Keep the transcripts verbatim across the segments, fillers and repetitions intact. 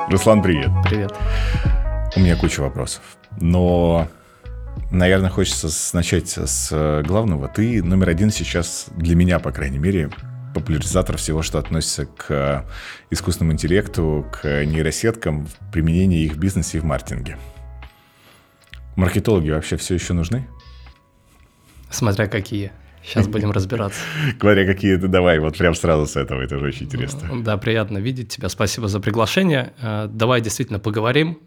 Руслан, привет. Привет. У меня куча вопросов, но, наверное, хочется начать с главного. Ты номер один сейчас, для меня, по крайней мере, популяризатор всего, что относится к искусственному интеллекту, к нейросеткам, в применении их в бизнесе и в маркетинге. Маркетологи вообще все еще нужны? Смотря какие. Сейчас будем разбираться. Смотря какие, ты давай, вот прям сразу с этого, это же очень интересно. Да, приятно видеть тебя, спасибо за приглашение. Давай действительно поговорим.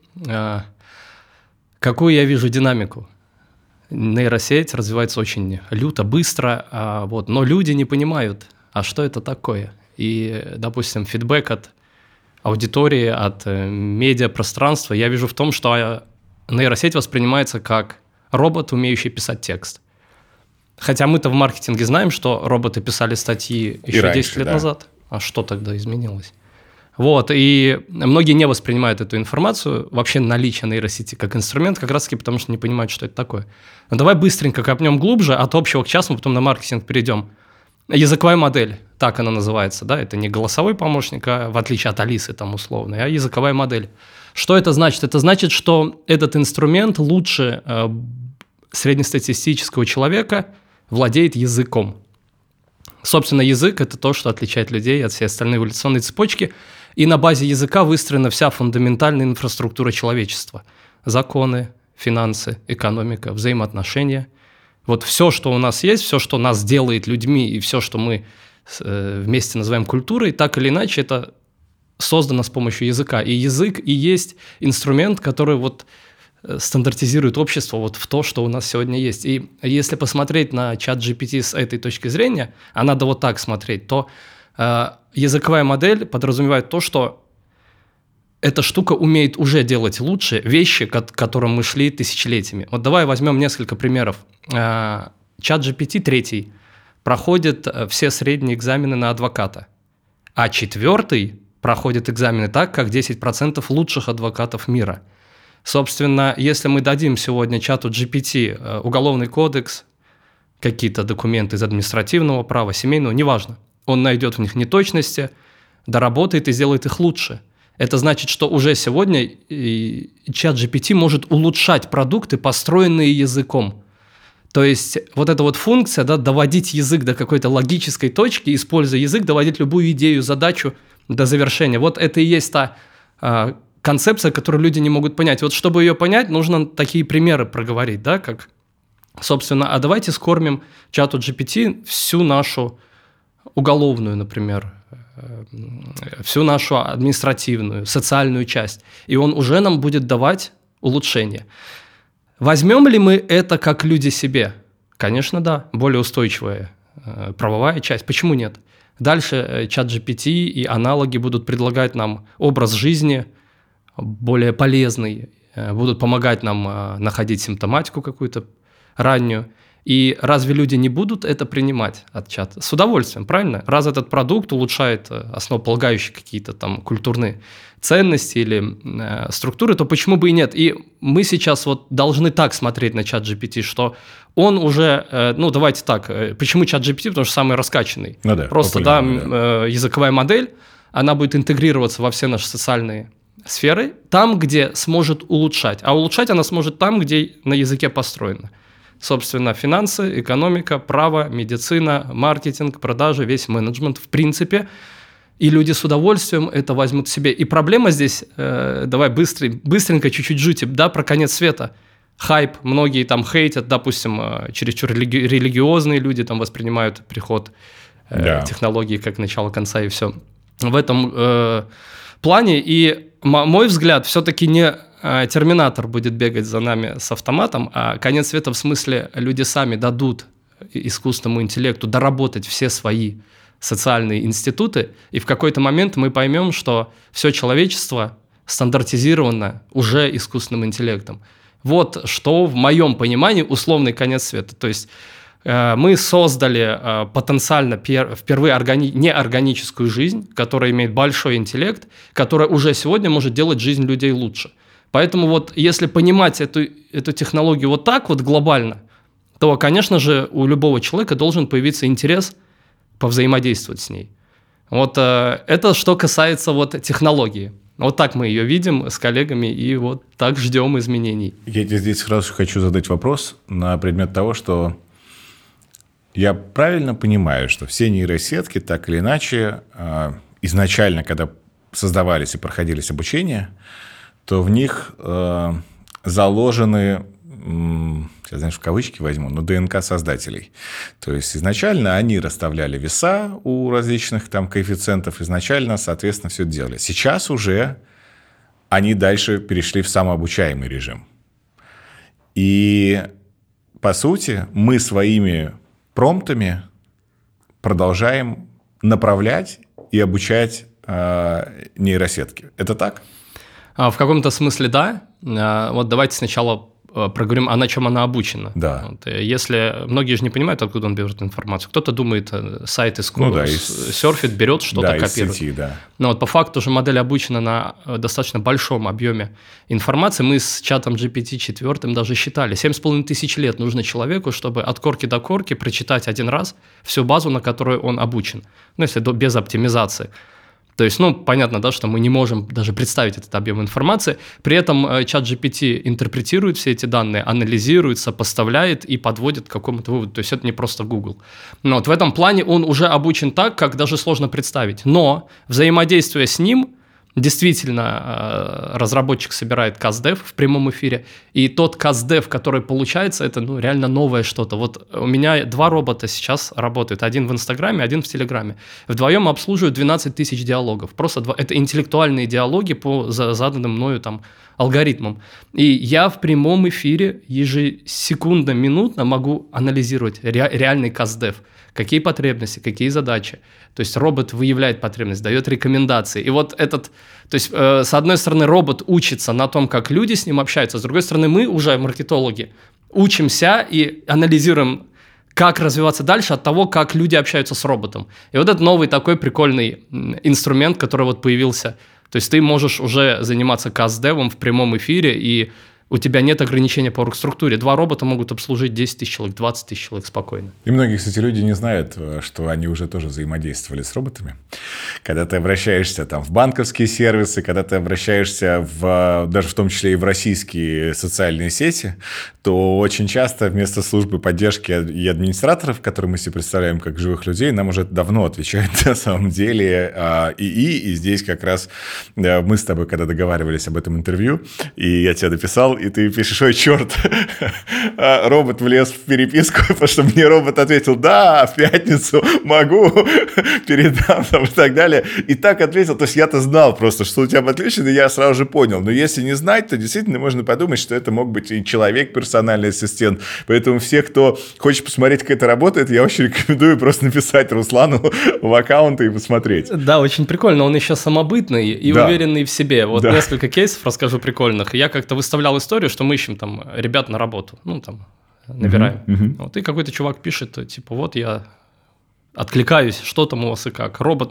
Какую я вижу динамику? Нейросеть развивается очень люто, быстро, вот, но люди не понимают, а что это такое. И, допустим, фидбэк от аудитории, от медиапространства я вижу в том, что нейросеть воспринимается как робот, умеющий писать текст. Хотя мы-то в маркетинге знаем, что роботы писали статьи еще раньше, десять лет да. назад. А что тогда изменилось? Вот, и многие не воспринимают эту информацию, вообще наличие нейросети как инструмент, как раз-таки потому, что не понимают, что это такое. Но давай быстренько копнем глубже, от общего к частному, потом на маркетинг перейдем. Языковая модель, так она называется, да, это не голосовой помощник, а в отличие от Алисы там условной, а языковая модель. Что это значит? Это значит, что этот инструмент лучше э, среднестатистического человека владеет языком. Собственно, язык – это то, что отличает людей от всей остальной эволюционной цепочки, и на базе языка выстроена вся фундаментальная инфраструктура человечества. Законы, финансы, экономика, взаимоотношения. Вот все, что у нас есть, все, что нас делает людьми, и все, что мы э, вместе называем культурой, так или иначе, это создано с помощью языка. И язык и есть инструмент, который вот стандартизирует общество вот в то, что у нас сегодня есть. И если посмотреть на чат джи пи ти с этой точки зрения, а надо вот так смотреть, то э, языковая модель подразумевает то, что эта штука умеет уже делать лучше вещи, к которым мы шли тысячелетиями. Вот давай возьмем несколько примеров. Э, чат джи пи ти третий проходит все средние экзамены на адвоката, а четвертый проходит экзамены так, как десять процентов лучших адвокатов мира. Собственно, если мы дадим сегодня чату джи пи ти уголовный кодекс, какие-то документы из административного права, семейного, неважно, он найдет в них неточности, доработает и сделает их лучше. Это значит, что уже сегодня чат джи пи ти может улучшать продукты, построенные языком. То есть вот эта вот функция, да, доводить язык до какой-то логической точки, используя язык, доводить любую идею, задачу до завершения. Вот это и есть та концепция, которую люди не могут понять. Вот чтобы ее понять, нужно такие примеры проговорить, да, как, собственно, а давайте скормим чату джи пи ти всю нашу уголовную, например, всю нашу административную, социальную часть, и он уже нам будет давать улучшения. Возьмем ли мы это как люди себе? Конечно, да, более устойчивая правовая часть. Почему нет? Дальше чат джи пи ти и аналоги будут предлагать нам образ жизни, более полезный, будут помогать нам находить симптоматику какую-то раннюю. И разве люди не будут это принимать от чата? С удовольствием, правильно? Раз этот продукт улучшает основополагающие какие-то там культурные ценности или э, структуры, то почему бы и нет? И мы сейчас вот должны так смотреть на чат джи пи ти, что он уже, э, ну давайте так, э, почему чат джи пи ти? Потому что самый раскачанный. Ну да, просто да, да. Э, языковая модель, она будет интегрироваться во все наши социальные сферы, там, где сможет улучшать. А улучшать она сможет там, где на языке построено. Собственно, финансы, экономика, право, медицина, маркетинг, продажи, весь менеджмент, в принципе. И люди с удовольствием это возьмут себе. И проблема здесь, э, давай быстрый, быстренько чуть-чуть жути, да, про конец света. Хайп, многие там хейтят, допустим, э, чересчур религи- религиозные люди там воспринимают приход э, да. технологий как начало конца и все. В этом э, плане. И мой взгляд, все-таки не терминатор будет бегать за нами с автоматом, а конец света в смысле люди сами дадут искусственному интеллекту доработать все свои социальные институты, и в какой-то момент мы поймем, что все человечество стандартизировано уже искусственным интеллектом. Вот что в моем понимании условный конец света. То есть мы создали потенциально впервые органи- неорганическую жизнь, которая имеет большой интеллект, которая уже сегодня может делать жизнь людей лучше. Поэтому вот если понимать эту, эту технологию вот так вот глобально, то, конечно же, у любого человека должен появиться интерес повзаимодействовать с ней. Вот это что касается вот технологии. Вот так мы ее видим с коллегами, и вот так ждем изменений. Я тебе здесь сразу хочу задать вопрос на предмет того, что я правильно понимаю, что все нейросетки так или иначе изначально, когда создавались и проходились обучения, то в них э, заложены, я, знаешь, в кавычки возьму, но ДНК создателей. То есть изначально они расставляли веса у различных там коэффициентов, изначально, соответственно, все это делали. Сейчас уже они дальше перешли в самообучаемый режим. И, по сути, мы своими промптами продолжаем направлять и обучать э, нейросетки. Это так? В каком-то смысле да. Вот давайте сначала проговорим, а на чем она обучена. Да. Вот. Если многие же не понимают, откуда он берет информацию. Кто-то думает, сайт из ну, да, серфит, берет, что-то да, копирует. Из сети, да. Но вот по факту же модель обучена на достаточно большом объеме информации. Мы с чатом джи пи ти четыре даже считали. семь с половиной тысяч лет нужно человеку, чтобы от корки до корки прочитать один раз всю базу, на которую он обучен. Ну, если без оптимизации. То есть, ну, понятно, да, что мы не можем даже представить этот объем информации. При этом чат джи пи ти интерпретирует все эти данные, анализирует, сопоставляет и подводит к какому-то выводу. То есть, это не просто Google. Но вот в этом плане он уже обучен так, как даже сложно представить. Но взаимодействуя с ним, действительно, разработчик собирает каздев в прямом эфире, и тот каздев, который получается, это ну, реально новое что-то. Вот у меня два робота сейчас работают, один в Инстаграме, один в Телеграме. Вдвоем обслуживают двенадцать тысяч диалогов. Просто два... это интеллектуальные диалоги по заданным мною там алгоритмам. И я в прямом эфире ежесекундно, минутно могу анализировать ре... реальный каздев. Какие потребности, какие задачи. То есть робот выявляет потребность, дает рекомендации. И вот этот, то есть э, с одной стороны робот учится на том, как люди с ним общаются, с другой стороны мы уже, маркетологи, учимся и анализируем, как развиваться дальше от того, как люди общаются с роботом. И вот это новый такой прикольный инструмент, который вот появился. То есть ты можешь уже заниматься каздевом в прямом эфире, и у тебя нет ограничения по оргструктуре. Два робота могут обслужить десять тысяч человек, двадцать тысяч человек спокойно. И многие, кстати, люди не знают, что они уже тоже взаимодействовали с роботами. Когда ты обращаешься там, в банковские сервисы, когда ты обращаешься в, даже в том числе и в российские социальные сети, то очень часто вместо службы поддержки и администраторов, которые мы себе представляем как живых людей, нам уже давно отвечают на самом деле ИИ. И здесь как раз мы с тобой, когда договаривались об этом интервью, и я тебе написал, и ты пишешь: ой, черт, робот влез в переписку, потому что мне робот ответил: да, в пятницу могу, передам там, и так далее. И так ответил, то есть я-то знал просто, что у тебя подключено, и я сразу же понял. Но если не знать, то действительно можно подумать, что это мог быть и человек, персональный ассистент. Поэтому все, кто хочет посмотреть, как это работает, я очень рекомендую просто написать Руслану в аккаунт и посмотреть. Да, очень прикольно, он еще самобытный и да. уверенный в себе. Вот да. несколько кейсов расскажу прикольных. Я как-то выставлял историю, что мы ищем там ребят на работу, ну там набираем. Uh-huh, uh-huh. Вот, и какой-то чувак пишет, типа, вот я откликаюсь, что там у вас и как. Робот,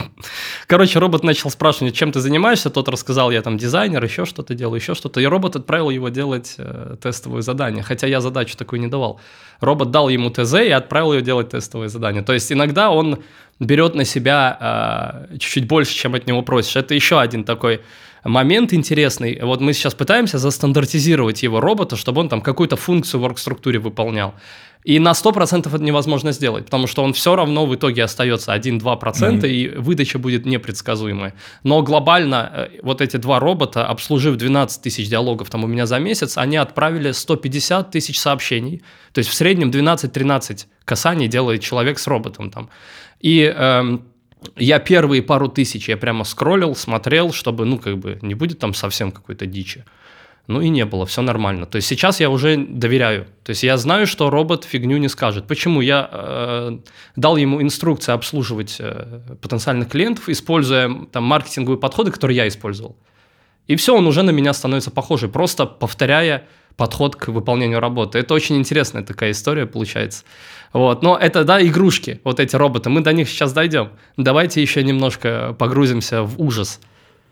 короче, робот начал спрашивать, чем ты занимаешься, тот рассказал, я там дизайнер, еще что-то делаю, еще что-то, и робот отправил его делать э, тестовое задание, хотя я задачу такую не давал. Робот дал ему ТЗ и отправил его делать тестовое задание. То есть иногда он берет на себя э, чуть-чуть больше, чем от него просишь. Это еще один такой момент интересный. Вот мы сейчас пытаемся застандартизировать его робота, чтобы он там какую-то функцию в оргструктуре выполнял. И на сто процентов это невозможно сделать, потому что он все равно в итоге остается один-два процента, mm-hmm. и выдача будет непредсказуемая. Но глобально вот эти два робота, обслужив двенадцать тысяч диалогов там у меня за месяц, они отправили сто пятьдесят тысяч сообщений. То есть в среднем двенадцать-тринадцать касаний делает человек с роботом там. И эм, я первые пару тысяч я прямо скроллил, смотрел, чтобы, ну, как бы не будет там совсем какой-то дичи. Ну и не было, все нормально. То есть сейчас я уже доверяю. То есть я знаю, что робот фигню не скажет. Почему? Я э, дал ему инструкции обслуживать э, потенциальных клиентов, используя там маркетинговые подходы, которые я использовал. И все, он уже на меня становится похожий, просто повторяя подход к выполнению работы. Это очень интересная такая история получается. Вот. Но это, да, игрушки, вот эти роботы. Мы до них сейчас дойдем. Давайте еще немножко погрузимся в ужас.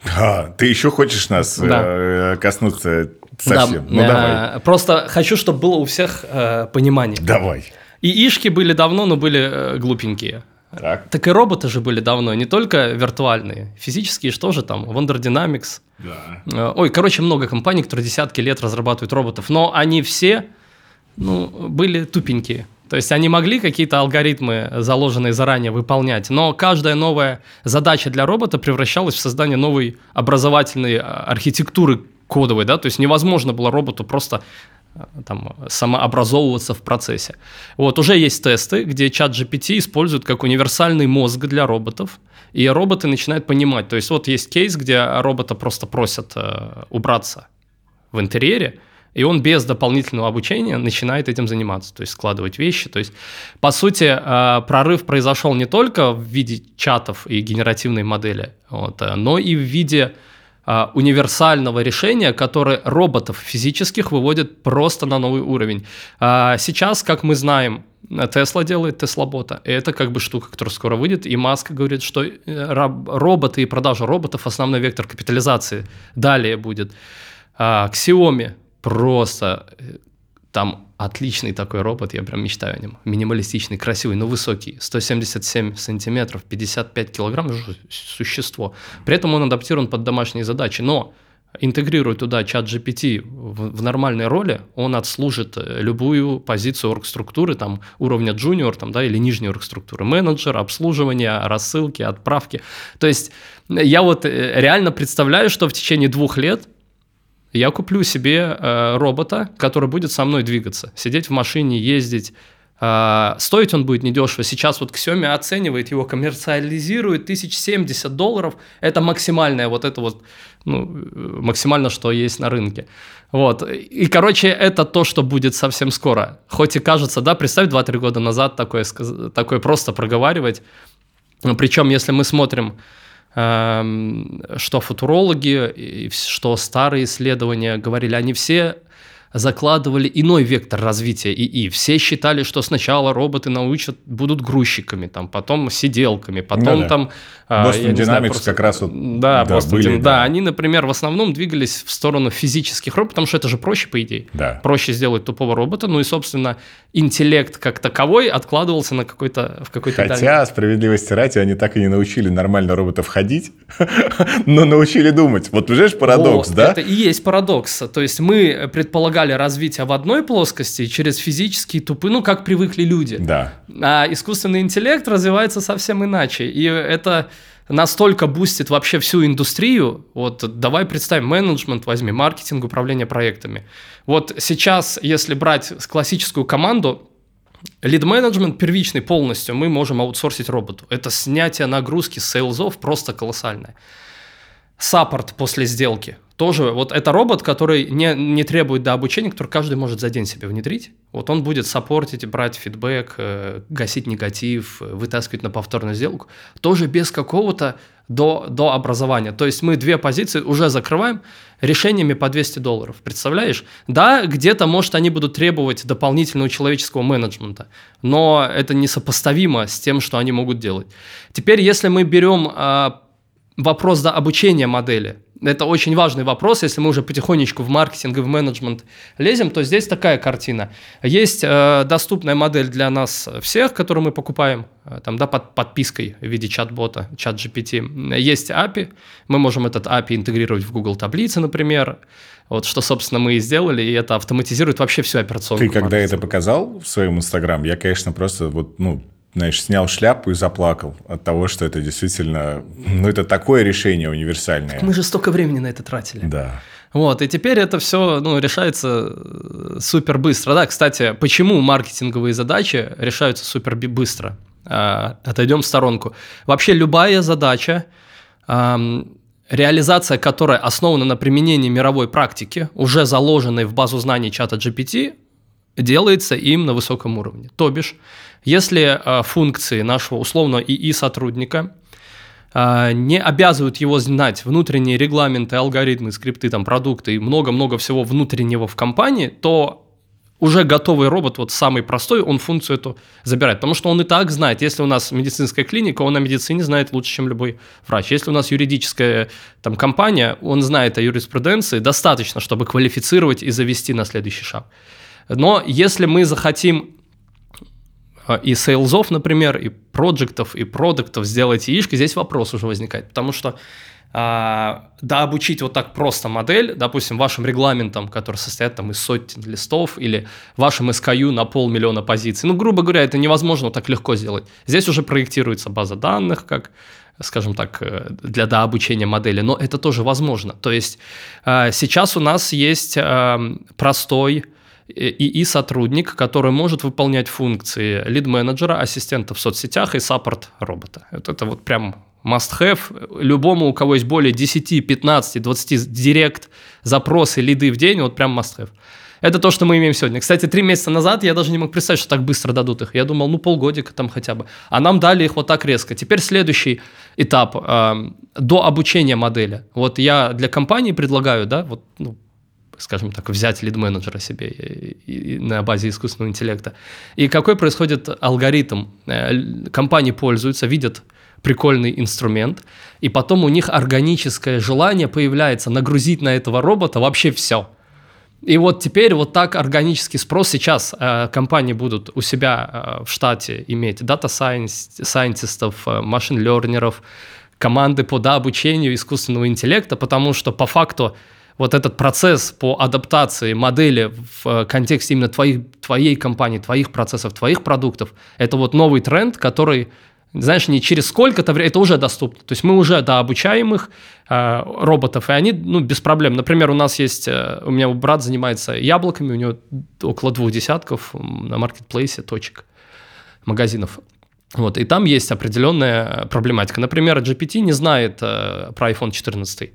А, ты еще хочешь нас да. э, коснуться совсем? Да. Ну, давай. Просто хочу, чтобы было у всех э, понимание. Давай. И ишки были давно, но были э, глупенькие. Так. Так и роботы же были давно, не только виртуальные, физические, что же там, Wonder Dynamics. Да. Ой, короче, много компаний, которые десятки лет разрабатывают роботов, но они все, ну, были тупенькие. То есть они могли какие-то алгоритмы, заложенные заранее, выполнять, но каждая новая задача для робота превращалась в создание новой образовательной архитектуры кодовой, да, то есть невозможно было роботу просто там самообразовываться в процессе. Вот, уже есть тесты, где чат джи пи ти используют как универсальный мозг для роботов, и роботы начинают понимать. То есть вот есть кейс, где робота просто просят э, убраться в интерьере, и он без дополнительного обучения начинает этим заниматься, то есть складывать вещи. То есть, по сути, э, прорыв произошел не только в виде чатов и генеративной модели, вот, но и в виде универсального решения, которое роботов физических выводит просто на новый уровень. Сейчас, как мы знаем, Tesla делает Tesla-бота, и это как бы штука, которая скоро выйдет, и Маск говорит, что роботы и продажа роботов – основной вектор капитализации. Далее будет Xiaomi, просто там отличный такой робот, я прям мечтаю о нем. Минималистичный, красивый, но высокий. сто семьдесят семь сантиметров, пятьдесят пять килограмм, существо. При этом он адаптирован под домашние задачи. Но интегрируя туда чат джи пи ти в, в нормальной роли, он отслужит любую позицию оргструктуры, там, уровня junior там, да, или нижней оргструктуры. Менеджер, обслуживание, рассылки, отправки. То есть я вот реально представляю, что в течение двух лет я куплю себе э, робота, который будет со мной двигаться, сидеть в машине, ездить. Э, стоить он будет недешево. Сейчас вот Xiaomi оценивает его, коммерциализирует тысяча семьдесят долларов. Это максимальное, вот это вот, ну, максимально, что есть на рынке. Вот. И, короче, это то, что будет совсем скоро. Хоть и кажется, да, представь, два-три года назад такое, такое просто проговаривать. Причем, если мы смотрим, что футурологи, что старые исследования говорили, они все закладывали иной вектор развития ИИ. Все считали, что сначала роботы научат, будут грузчиками, там, потом сиделками, потом да, там... Boston Dynamics как раз вот... Да, да, Boston, были, да, да. они, например, в основном двигались в сторону физических роботов, потому что это же проще, по идее. Да. Проще сделать тупого робота, ну и, собственно, интеллект как таковой откладывался на какой-то, в какой-то... Хотя, дальний... справедливости ради, они так и не научили нормально роботов ходить, но научили думать. Вот, понимаешь, парадокс, вот, да? Это и есть парадокс. То есть мы предполагали развитие в одной плоскости через физические тупые, ну, как привыкли люди. Да. А искусственный интеллект развивается совсем иначе. И это настолько бустит вообще всю индустрию. Вот давай представим, менеджмент возьми, маркетинг, управление проектами. Вот сейчас, если брать классическую команду, лид-менеджмент первичный полностью мы можем аутсорсить роботу. Это снятие нагрузки с сейлзов просто колоссальное. Саппорт после сделки. Тоже вот это робот, который не, не требует до обучения, который каждый может за день себе внедрить. Вот он будет саппортить, брать фидбэк, э, гасить негатив, вытаскивать на повторную сделку. Тоже без какого-то до, до образования. То есть мы две позиции уже закрываем решениями по двести долларов. Представляешь? Да, где-то, может, они будут требовать дополнительного человеческого менеджмента, но это несопоставимо с тем, что они могут делать. Теперь, если мы берем э, вопрос до обучения модели, это очень важный вопрос, если мы уже потихонечку в маркетинг и в менеджмент лезем, то здесь такая картина. Есть э, доступная модель для нас всех, которую мы покупаем, э, там, да, под подпиской в виде чат-бота, чат джи пи ти. Есть эй пи, мы можем этот эй пи интегрировать в Google таблицы, например, вот что, собственно, мы и сделали, и это автоматизирует вообще всю операционку. Ты когда это показал в своем Инстаграм, я, конечно, просто вот, ну, знаешь, снял шляпу и заплакал от того, что это действительно, ну, это такое решение универсальное. Так мы же столько времени на это тратили. Да. Вот, и теперь это все, ну, решается супер быстро. Да, кстати, почему маркетинговые задачи решаются супер быстро? А, отойдем в сторонку. Вообще любая задача, а, реализация которой основана на применении мировой практики, уже заложенной в базу знаний чата джи пи ти, делается им на высоком уровне. То бишь, если э, функции нашего условного ИИ-сотрудника э, не обязывают его знать внутренние регламенты, алгоритмы, скрипты, там, продукты и много-много всего внутреннего в компании, то уже готовый робот, вот самый простой, он функцию эту забирает. Потому что он и так знает, если у нас медицинская клиника, он о медицине знает лучше, чем любой врач. Если у нас юридическая там, компания, он знает о юриспруденции достаточно, чтобы квалифицировать и завести на следующий шаг. Но если мы захотим и сейлзов, например, и проектов, и продуктов сделать яичко, здесь вопрос уже возникает, потому что а, да, обучить вот так просто модель, допустим, вашим регламентом, который состоит там из сотен листов, или вашим эс кей ю на полмиллиона позиций, ну, грубо говоря, это невозможно так легко сделать. Здесь уже проектируется база данных, как, скажем так, для да, обучения модели, но это тоже возможно. То есть а, сейчас у нас есть а, простой ИИ-сотрудник, который может выполнять функции лид-менеджера, ассистента в соцсетях и саппорт робота. Вот это вот прям must-have. Любому, у кого есть более десять, пятнадцать, двадцать директ, запросы, лиды в день, вот прям must-have. Это то, что мы имеем сегодня. Кстати, три месяца назад я даже не мог представить, что так быстро дадут их. Я думал, ну, полгодика там хотя бы. А нам дали их вот так резко. Теперь следующий этап э, до обучения модели. Вот я для компании предлагаю, да, вот, ну, скажем так, взять лид-менеджера себе и, и на базе искусственного интеллекта. И какой происходит алгоритм? Компании пользуются, видят прикольный инструмент, и потом у них органическое желание появляется нагрузить на этого робота вообще все. И вот теперь вот так органический спрос. Сейчас э, компании будут у себя э, в штате иметь дата-сайентистов, э, машин-лернеров, команды по да, обучению искусственного интеллекта, потому что по факту вот этот процесс по адаптации модели в контексте именно твоих, твоей компании, твоих процессов, твоих продуктов, это вот новый тренд, который, знаешь, не через сколько-то времени, это уже доступно. То есть мы уже да, обучаем их, э, роботов, и они ну, без проблем. Например, у нас есть, э, у меня брат занимается яблоками, у него около двух десятков на маркетплейсе точек, магазинов. Вот, и там есть определенная проблематика. Например, джи пи ти не знает э, про айфон четырнадцать.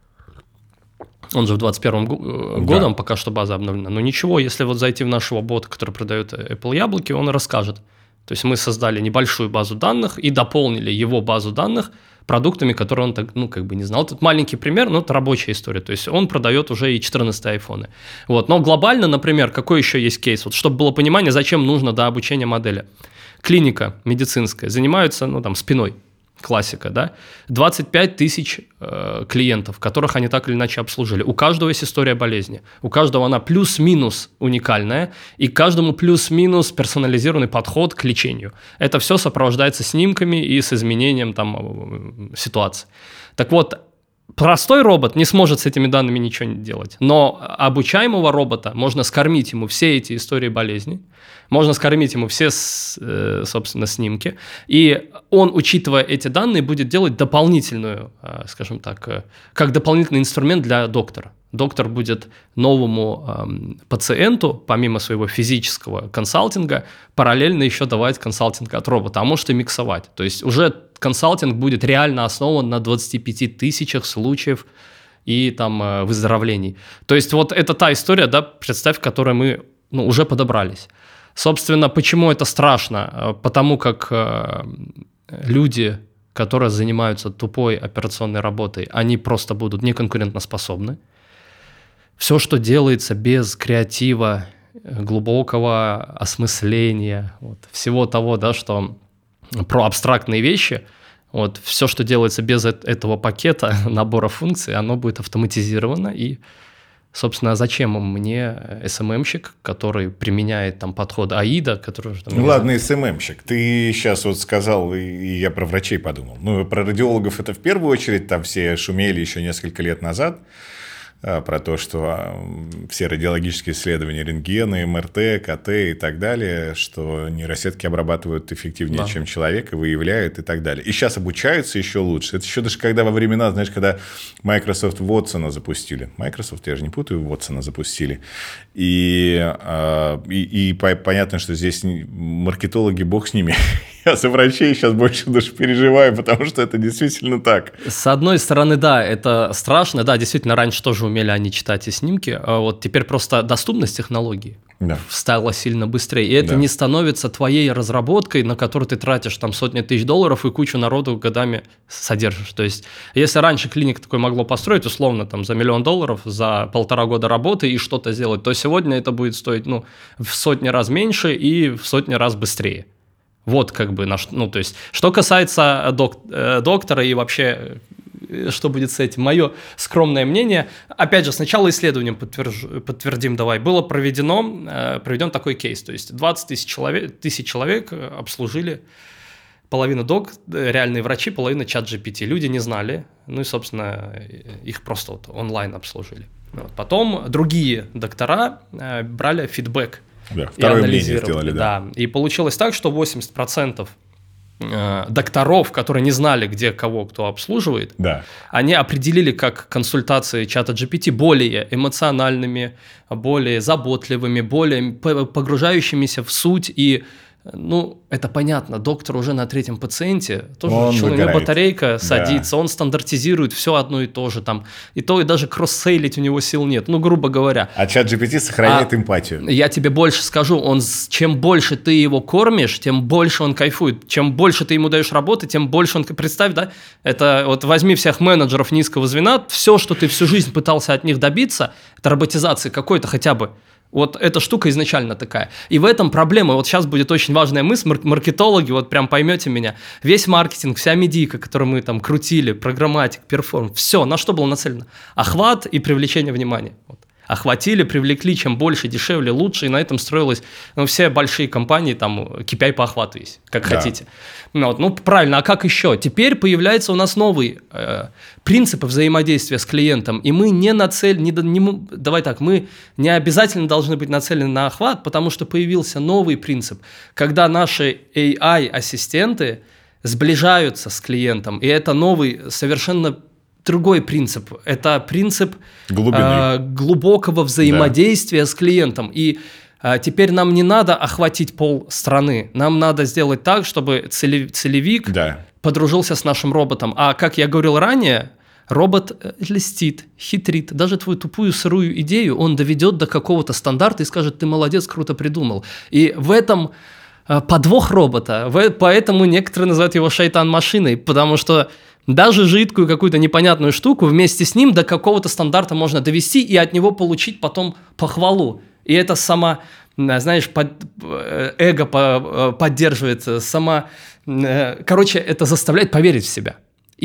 Он же в двадцать первом годом да. Пока что база обновлена. Но ничего, если вот зайти в нашего бота, который продает Apple яблоки, он расскажет. То есть мы создали небольшую базу данных и дополнили его базу данных продуктами, которые он так, ну, как бы не знал. Тут маленький пример, но это рабочая история. То есть он продает уже и четырнадцатые айфоны. Вот. Но глобально, например, какой еще есть кейс? Вот, чтобы было понимание, зачем нужно до обучения модели. Клиника медицинская занимаются ну, там, спиной. Классика, да, двадцать пять тысяч э, клиентов, которых они так или иначе обслужили. У каждого есть история болезни, у каждого она плюс-минус уникальная, и каждому плюс-минус персонализированный подход к лечению. Это все сопровождается снимками и с изменением там ситуации. Так вот, простой робот не сможет с этими данными ничего не делать, но обучаемого робота можно скормить ему все эти истории болезни, можно скормить ему все, собственно, снимки, и он, учитывая эти данные, будет делать дополнительную, скажем так, как дополнительный инструмент для доктора. Доктор будет новому эм, пациенту, помимо своего физического консалтинга, параллельно еще давать консалтинг от робота, а может и миксовать. То есть уже консалтинг будет реально основан на двадцати пяти тысячах случаев и там э, выздоровлений. То есть вот это та история, да, представь, к которой мы ну, уже подобрались. Собственно, почему это страшно? Потому как э, люди, которые занимаются тупой операционной работой, они просто будут неконкурентоспособны. Все, что делается без креатива, глубокого осмысления, вот, всего того, да, что про абстрактные вещи, вот, все, что делается без этого пакета набора функций, оно будет автоматизировано. И, собственно, зачем мне эс эм эм-щик, который применяет там подход АИДа, который... Там, ну ладно, эс эм эм-щик. Ты сейчас вот сказал, и я про врачей подумал. Ну, про радиологов это в первую очередь, там все шумели еще несколько лет назад. Про то, что все радиологические исследования, рентгены, эм эр тэ, ка тэ и так далее, что нейросетки обрабатывают эффективнее, да. чем человек, и выявляют и так далее. И сейчас обучаются еще лучше. Это еще даже когда во времена, знаешь, когда Microsoft Watson запустили. Microsoft, я же не путаю, Watson запустили. И, и, и понятно, что здесь маркетологи, бог с ними. Я за врачей сейчас больше даже переживаю, потому что это действительно так. С одной стороны, да, это страшно. Да, действительно, раньше тоже умели они читать и снимки. А вот теперь просто доступность технологий да. стала сильно быстрее. И это да. не становится твоей разработкой, на которую ты тратишь там сотни тысяч долларов и кучу народу годами содержишь. То есть, если раньше клиника такое могло построить, условно, там, за миллион долларов, за полтора года работы и что-то сделать, то сегодня это будет стоить ну, в сотни раз меньше и в сотни раз быстрее. Вот как бы наш, ну то есть, что касается док, э, доктора и вообще что будет с этим. Мое скромное мнение. Опять же, сначала исследованием подтверж... подтвердим давай. Было проведено, проведен такой кейс. То есть двадцать тысяч человек, тысяч человек обслужили. Половина док, реальные врачи, половина чат джи пи ти. Люди не знали, ну и, собственно, их просто вот онлайн обслужили. Вот. Потом другие доктора э, брали фидбэк. Да, второе мнение сделали, да. да. И получилось так, что восемьдесят процентов э, докторов, которые не знали, где кого кто обслуживает, да. они определили как консультации чата джи пи ти более эмоциональными, более заботливыми, более погружающимися в суть и ну, это понятно, доктор уже на третьем пациенте, тоже он у него батарейка да. садится, он стандартизирует все одно и то же, там, и то, и даже кросс-сейлить у него сил нет, ну, грубо говоря. А чат джи пи ти сохраняет а эмпатию. Я тебе больше скажу, он, чем больше ты его кормишь, тем больше он кайфует, чем больше ты ему даешь работы, тем больше он, представь, да, это вот возьми всех менеджеров низкого звена, все, что ты всю жизнь пытался от них добиться, это роботизации какой-то хотя бы. Вот эта штука изначально такая. И в этом проблема. Вот сейчас будет очень важная мысль. Маркетологи, вот прям поймете меня. Весь маркетинг, вся медийка, которую мы там крутили, программатик, перформ, все, на что было нацелено? Охват и привлечение внимания. Вот. Охватили, привлекли, чем больше, дешевле, лучше, и на этом строилось, ну, все большие компании, там, кей пи ай по охвату есть, как да. хотите. Ну, вот, ну, правильно, а как еще? Теперь появляется у нас новый э, принцип взаимодействия с клиентом, и мы не нацелены, не, не, давай так, мы не обязательно должны быть нацелены на охват, потому что появился новый принцип, когда наши эй ай-ассистенты сближаются с клиентом, и это новый, совершенно другой принцип. Это принцип э, глубокого взаимодействия да. с клиентом. И э, теперь нам не надо охватить пол страны. Нам надо сделать так, чтобы целев, целевик да. подружился с нашим роботом. А как я говорил ранее, робот льстит, хитрит. Даже твою тупую сырую идею он доведет до какого-то стандарта и скажет: ты молодец, круто придумал. И в этом э, подвох робота. В, поэтому некоторые называют его шайтан-машиной, потому что даже жидкую какую-то непонятную штуку вместе с ним до какого-то стандарта можно довести и от него получить потом похвалу. И это сама, знаешь, под, эго поддерживает, сама... Короче, это заставляет поверить в себя.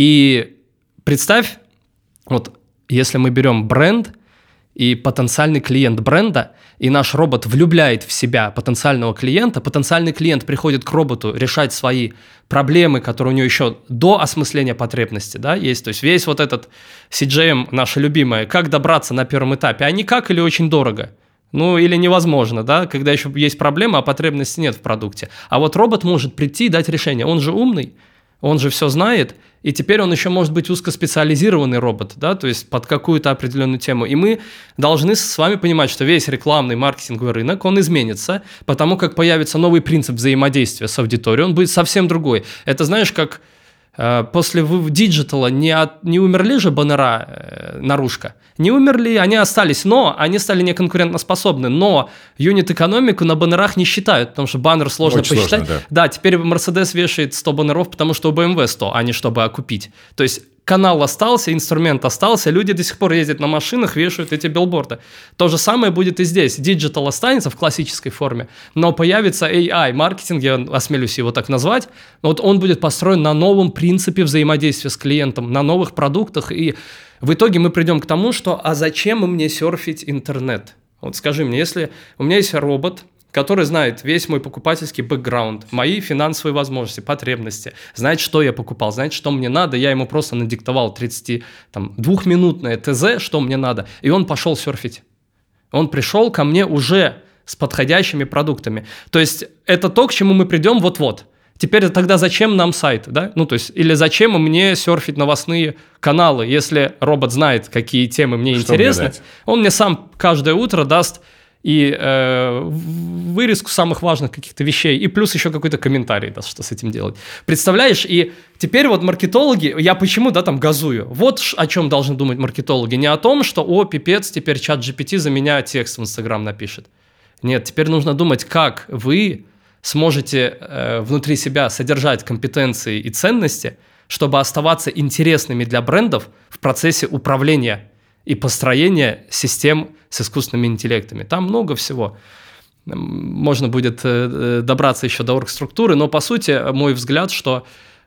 И представь, вот если мы берем бренд и потенциальный клиент бренда, и наш робот влюбляет в себя потенциального клиента, потенциальный клиент приходит к роботу решать свои проблемы, которые у него еще до осмысления потребности, да, есть. То есть весь вот этот си джей эм, наше любимое, как добраться на первом этапе, а никак или очень дорого. Ну, или невозможно, да, когда еще есть проблема, а потребности нет в продукте. А вот робот может прийти и дать решение. Он же умный, он же все знает, и теперь он еще может быть узкоспециализированный робот, да, то есть под какую-то определенную тему. И мы должны с вами понимать, что весь рекламный маркетинговый рынок, он изменится, потому как появится новый принцип взаимодействия с аудиторией, он будет совсем другой. Это, знаешь, как э, после диджитала не, от, не умерли же баннера э, наружка, не умерли, они остались, но они стали неконкурентоспособны, но юнит-экономику на баннерах не считают, потому что баннер сложно Очень посчитать. Сложно, да. да, теперь Mercedes вешает сто баннеров, потому что у бэ эм вэ сто, а не чтобы окупить. То есть канал остался, инструмент остался, люди до сих пор ездят на машинах, вешают эти билборды. То же самое будет и здесь. Диджитал останется в классической форме, но появится эй ай-маркетинг, я осмелюсь его так назвать, вот он будет построен на новом принципе взаимодействия с клиентом, на новых продуктах, и в итоге мы придем к тому, что а зачем мне серфить интернет? Вот скажи мне, если у меня есть робот, который знает весь мой покупательский бэкграунд, мои финансовые возможности, потребности, знает, что я покупал, знает, что мне надо, я ему просто надиктовал тридцатидвухминутное ТЗ, что мне надо, и он пошел серфить. Он пришел ко мне уже с подходящими продуктами. То есть это то, к чему мы придем вот-вот. Теперь тогда зачем нам сайт, да? Ну, то есть, или зачем мне серфить новостные каналы, если робот знает, какие темы мне что интересны, мне он мне сам каждое утро даст и э, вырезку самых важных каких-то вещей, и плюс еще какой-то комментарий даст, что с этим делать. Представляешь? И теперь вот маркетологи, я почему, да, там газую, вот о чем должны думать маркетологи, не о том, что, о, пипец, теперь чат джи пи ти за меня текст в Инстаграм напишет. Нет, теперь нужно думать, как вы сможете э, внутри себя содержать компетенции и ценности, чтобы оставаться интересными для брендов в процессе управления и построения систем с искусственными интеллектами. Там много всего. Можно будет э, добраться еще до оргструктуры, но по сути мой взгляд, что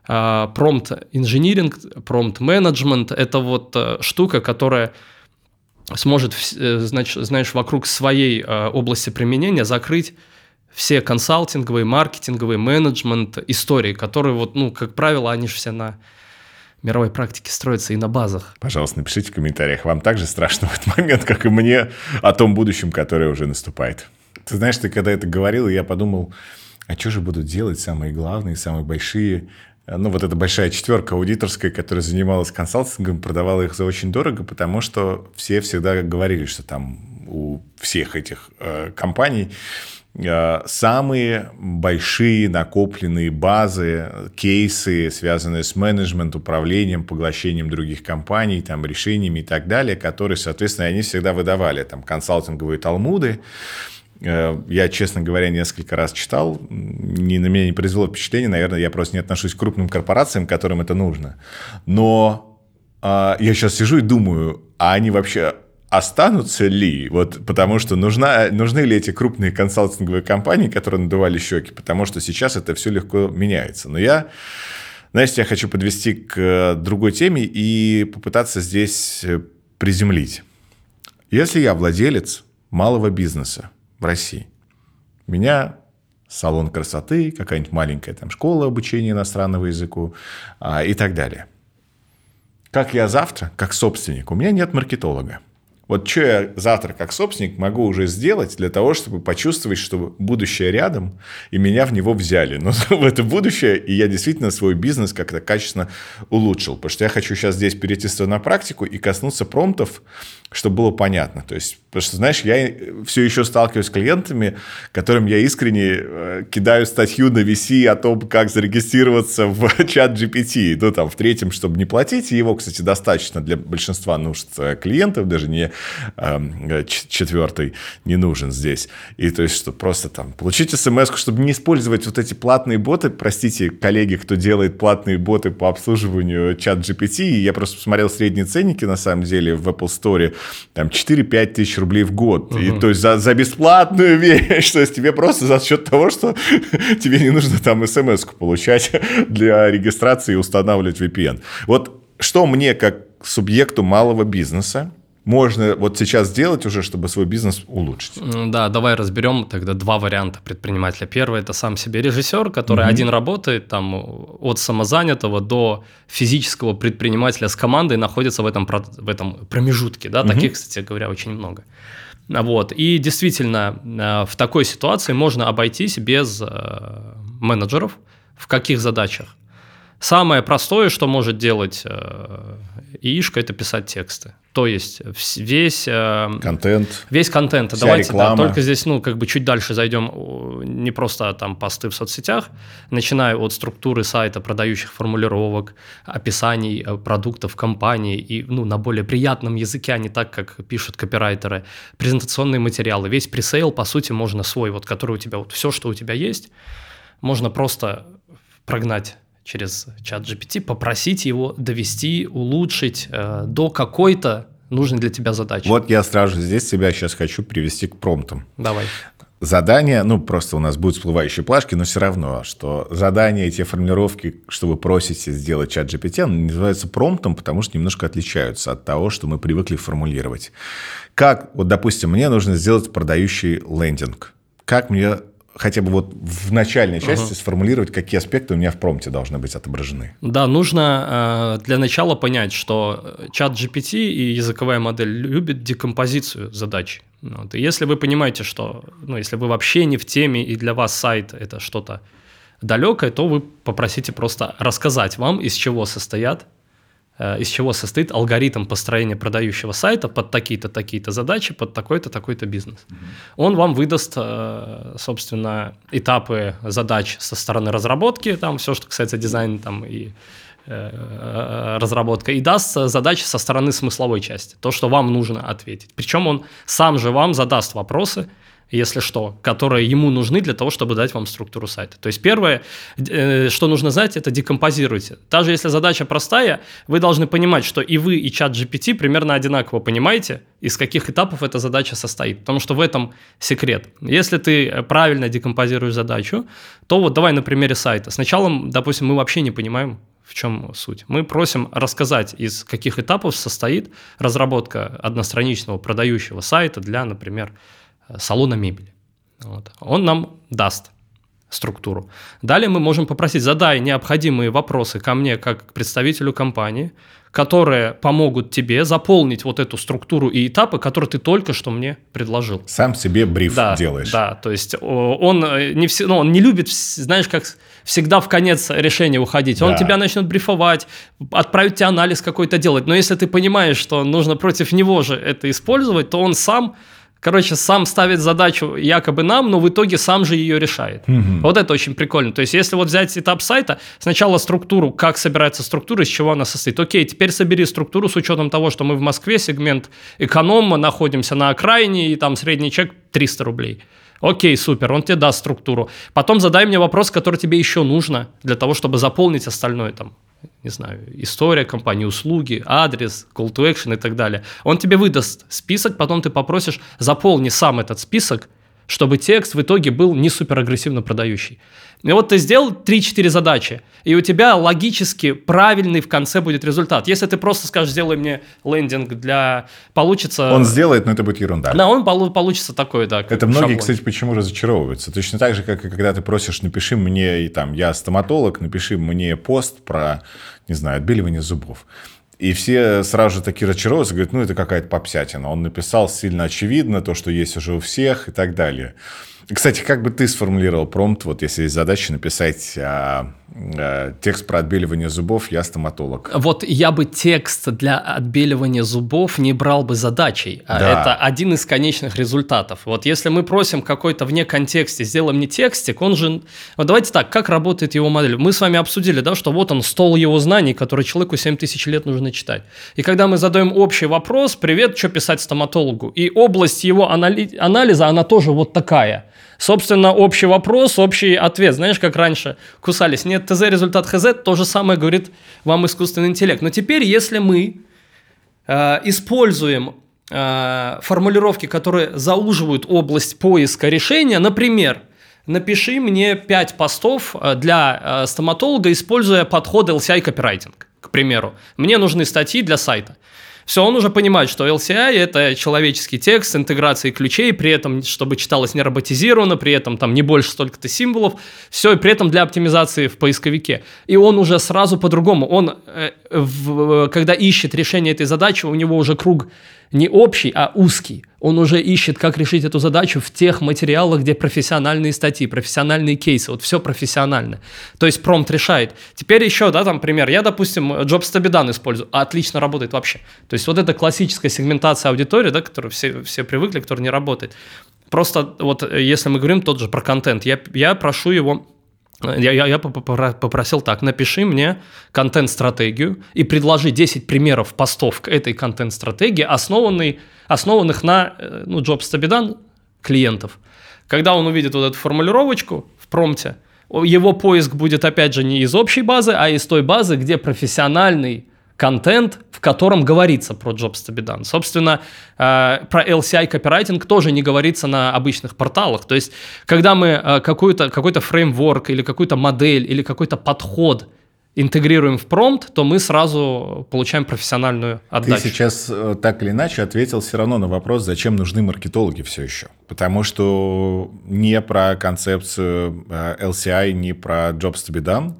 промпт-инжиниринг, промпт-менеджмент – это вот штука, которая сможет, значит, знаешь, вокруг своей области применения закрыть все консалтинговые, маркетинговые, менеджмент истории, которые, вот, ну, как правило, они же все на мировой практике строятся и на базах. Пожалуйста, напишите в комментариях, вам так же страшно в этот момент, как и мне, о том будущем, которое уже наступает. Ты знаешь, ты когда это говорил, я подумал, а что же будут делать самые главные, самые большие... Ну, вот эта большая четверка аудиторская, которая занималась консалтингом, продавала их за очень дорого, потому что все всегда говорили, что там у всех этих э, компаний э, самые большие накопленные базы, кейсы, связанные с менеджментом, управлением, поглощением других компаний, там, решениями и так далее, которые, соответственно, они всегда выдавали там консалтинговые талмуды. Я, честно говоря, несколько раз читал, ни на меня не произвело впечатление, наверное, я просто не отношусь к крупным корпорациям, которым это нужно. Но а, я сейчас сижу и думаю, а они вообще останутся ли? Вот, потому что нужна, нужны ли эти крупные консалтинговые компании, которые надували щеки, потому что сейчас это все легко меняется. Но я, знаете, я хочу подвести к другой теме и попытаться здесь приземлить. Если я владелец малого бизнеса в России. У меня салон красоты, какая-нибудь маленькая там школа обучения иностранному языку а, и так далее. Как я завтра, как собственник, у меня нет маркетолога. Вот что я завтра, как собственник, могу уже сделать для того, чтобы почувствовать, что будущее рядом, и меня в него взяли. Но в это будущее, и я действительно свой бизнес как-то качественно улучшил. Потому что я хочу сейчас здесь перейти на практику и коснуться промптов, чтобы было понятно. То есть, потому что, знаешь, я все еще сталкиваюсь с клиентами, которым я искренне кидаю статью на ви си о том, как зарегистрироваться в чат джи пи ти. Ну, там, в третьем, чтобы не платить. Его, кстати, достаточно для большинства нужд клиентов, даже не э, четвертый не нужен здесь. И то есть, что просто там получить смс-ку, чтобы не использовать вот эти платные боты. Простите, коллеги, кто делает платные боты по обслуживанию чат джи пи ти. Я просто посмотрел средние ценники, на самом деле, в Apple Store. Там четыре-пять тысяч рублей в год. Угу. И, то есть за, за бесплатную вещь. То есть тебе просто за счет того, что тебе не нужно там смс-ку получать для регистрации и устанавливать ви пи эн. Вот что мне, как субъекту малого бизнеса, можно вот сейчас сделать уже, чтобы свой бизнес улучшить? Да, давай разберем тогда два варианта предпринимателя. Первый – это сам себе режиссер, который mm-hmm. один работает, там, от самозанятого до физического предпринимателя с командой находится в этом, в этом промежутке. Да? Mm-hmm. Таких, кстати говоря, очень много. Вот. И действительно, в такой ситуации можно обойтись без менеджеров. В каких задачах? Самое простое, что может делать ИИшка, это писать тексты. То есть весь контент, весь контент. Давайте да, только здесь, ну, как бы чуть дальше зайдем, не просто там посты в соцсетях, начиная от структуры сайта, продающих формулировок, описаний продуктов компании и, ну, на более приятном языке, а не так, как пишут копирайтеры, презентационные материалы. Весь пресейл, по сути, можно свой, вот, который у тебя, вот все, что у тебя есть, можно просто прогнать через чат джи пи ти, попросить его довести, улучшить э, до какой-то нужной для тебя задачи. Вот я сразу здесь себя сейчас хочу привести к промптам. Давай. Задание, ну, просто у нас будут всплывающие плашки, но все равно, что задания, эти формулировки, что вы просите сделать чат джи пи ти, называются промптом, потому что немножко отличаются от того, что мы привыкли формулировать. Как, вот, допустим, мне нужно сделать продающий лендинг. Как мне хотя бы вот в начальной части uh-huh. сформулировать, какие аспекты у меня в промпте должны быть отображены? Да, нужно э, для начала понять, что чат джи пи ти и языковая модель любят декомпозицию задач. Вот. И если вы понимаете, что, ну, если вы вообще не в теме и для вас сайт это что-то далекое, то вы попросите просто рассказать вам, из чего состоят из чего состоит алгоритм построения продающего сайта под такие-то, такие-то задачи, под такой-то, такой-то бизнес. Mm-hmm. Он вам выдаст, собственно, этапы задач со стороны разработки, там все, что касается дизайна там, и э, разработка, и даст задачи со стороны смысловой части, то, что вам нужно ответить. Причем он сам же вам задаст вопросы, если что, которые ему нужны для того, чтобы дать вам структуру сайта. То есть первое, что нужно знать, это декомпозируйте. Даже если задача простая, вы должны понимать, что и вы, и чат джи пи ти примерно одинаково понимаете, из каких этапов эта задача состоит. Потому что в этом секрет. Если ты правильно декомпозируешь задачу, то вот давай на примере сайта. Сначала, допустим, мы вообще не понимаем, в чем суть. Мы просим рассказать, из каких этапов состоит разработка одностраничного продающего сайта для, например, салона мебели. Вот. Он нам даст структуру. Далее мы можем попросить, задай необходимые вопросы ко мне, как к представителю компании, которые помогут тебе заполнить вот эту структуру и этапы, которые ты только что мне предложил. Сам себе бриф да, делаешь. Да, то есть он не, все, ну, он не любит, знаешь, как всегда в конец решения уходить. Да. Он тебя начнет брифовать, отправить тебе анализ какой-то делать. Но если ты понимаешь, что нужно против него же это использовать, то он сам... Короче, сам ставит задачу якобы нам, но в итоге сам же ее решает. Угу. Вот это очень прикольно. То есть, если вот взять этап сайта, сначала структуру, как собирается структура, из чего она состоит. Окей, теперь собери структуру с учетом того, что мы в Москве, сегмент эконом, мы находимся на окраине, и там средний чек триста рублей. Окей, супер, он тебе даст структуру. Потом задай мне вопрос, который тебе еще нужно для того, чтобы заполнить остальное там. Не знаю, история компании, услуги, адрес, call to action и так далее. Он тебе выдаст список, потом ты попросишь, заполни сам этот список, чтобы текст в итоге был не суперагрессивно продающий. И вот ты сделал три-четыре задачи, и у тебя логически правильный в конце будет результат. Если ты просто скажешь, сделай мне лендинг для... Получится... Он сделает, но это будет ерунда. Да, он получится такой, да. Это многие, шаблон. Кстати, почему разочаровываются. Точно так же, как и когда ты просишь, напиши мне, и там, я стоматолог, напиши мне пост про, не знаю, отбеливание зубов. И все сразу же такие разочаровываются, говорят, ну, это какая-то попсятина. Он написал сильно очевидно, то, что есть уже у всех и так далее. Кстати, как бы ты сформулировал промпт, вот если есть задача написать а, а, текст про отбеливание зубов, я стоматолог. Вот я бы текст для отбеливания зубов не брал бы задачей, а да. Это один из конечных результатов. Вот если мы просим какой-то вне контексте, сделай мне текстик, он же... Вот давайте так, как работает его модель? Мы с вами обсудили, да, что вот он, стол его знаний, который человеку семь тысяч лет нужно читать. И когда мы задаем общий вопрос, привет, что писать стоматологу? И область его анали... анализа, она тоже вот такая. Собственно, общий вопрос, общий ответ. Знаешь, как раньше кусались. Нет ТЗ, результат ХЗ, то же самое говорит вам искусственный интеллект. Но теперь, если мы э, используем э, формулировки, которые зауживают область поиска решения, например, напиши мне пять постов для э, стоматолога, используя подход эл си ай-копирайтинг, к примеру. Мне нужны статьи для сайта. Все, он уже понимает, что эл си ай – это человеческий текст с интеграцией ключей, при этом, чтобы читалось не роботизировано, при этом там не больше столько-то символов, все, и при этом для оптимизации в поисковике. И он уже сразу по-другому, он, э, в, когда ищет решение этой задачи, у него уже круг не общий, а узкий. Он уже ищет, как решить эту задачу в тех материалах, где профессиональные статьи, профессиональные кейсы, вот все профессионально. То есть промпт решает. Теперь еще, да, там пример. Я, допустим, JobsToBeDone использую, отлично работает вообще. То есть вот эта классическая сегментация аудитории, да, которую все, все привыкли, которая не работает. Просто вот если мы говорим тот же про контент, я, я прошу его... Я, я, я попросил так, напиши мне контент-стратегию и предложи десять примеров постов к этой контент-стратегии, основанной, основанных на ну, JobsToBeDone клиентов. Когда он увидит вот эту формулировочку в промпте, его поиск будет опять же не из общей базы, а из той базы, где профессиональный контент, в котором говорится про JobsToBeDone. Собственно, э, про эл си ай-копирайтинг тоже не говорится на обычных порталах. То есть, когда мы э, какой-то, какой-то фреймворк или какую-то модель или какой-то подход интегрируем в промпт, то мы сразу получаем профессиональную отдачу. Ты сейчас э, так или иначе ответил все равно на вопрос, зачем нужны маркетологи все еще. Потому что не про концепцию э, эл си ай, не про JobsToBeDone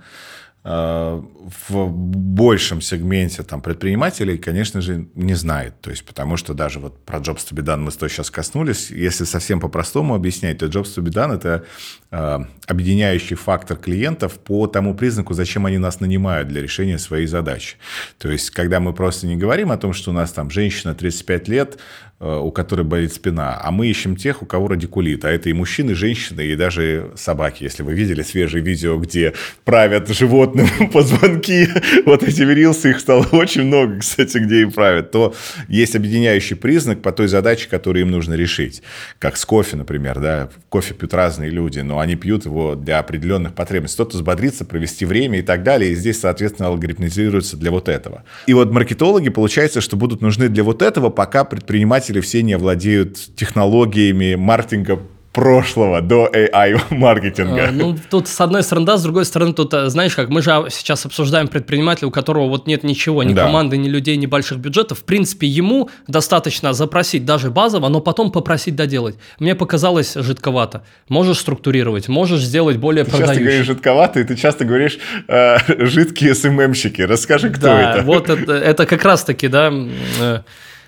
в большем сегменте там, предпринимателей, конечно же, не знает. То есть, потому что даже вот про JobsToBeDone мы то сейчас коснулись. Если совсем по-простому объяснять, то JobsToBeDone – это э, объединяющий фактор клиентов по тому признаку, зачем они нас нанимают для решения своей задачи. То есть, когда мы просто не говорим о том, что у нас там женщина тридцать пять лет, э, у которой болит спина, а мы ищем тех, у кого радикулит. А это и мужчины, и женщины, и даже собаки. Если вы видели свежее видео, где правят животные бесплатным под звонки, вот эти рилсы, их стало очень много, кстати, где им правят, то есть объединяющий признак по той задаче, которую им нужно решить. Как с кофе, например, да, кофе пьют разные люди, но они пьют его для определенных потребностей. Кто-то взбодрится, провести время и так далее, и здесь, соответственно, алгоритмизируется для вот этого. И вот маркетологи, получается, что будут нужны для вот этого, пока предприниматели все не овладеют технологиями маркетинга прошлого, до эй ай-маркетинга. А, ну, тут с одной стороны, да, с другой стороны, тут, знаешь, как мы же сейчас обсуждаем предпринимателя, у которого вот нет ничего, ни да. команды, ни людей, ни больших бюджетов. В принципе, ему достаточно запросить даже базово, но потом попросить доделать. Мне показалось жидковато. Можешь структурировать, можешь сделать более ты продающий. Ты часто говоришь жидковато, и ты часто говоришь э, жидкие эс эм эм-щики. Расскажи, кто да, это. вот это, это как раз-таки, да... Э,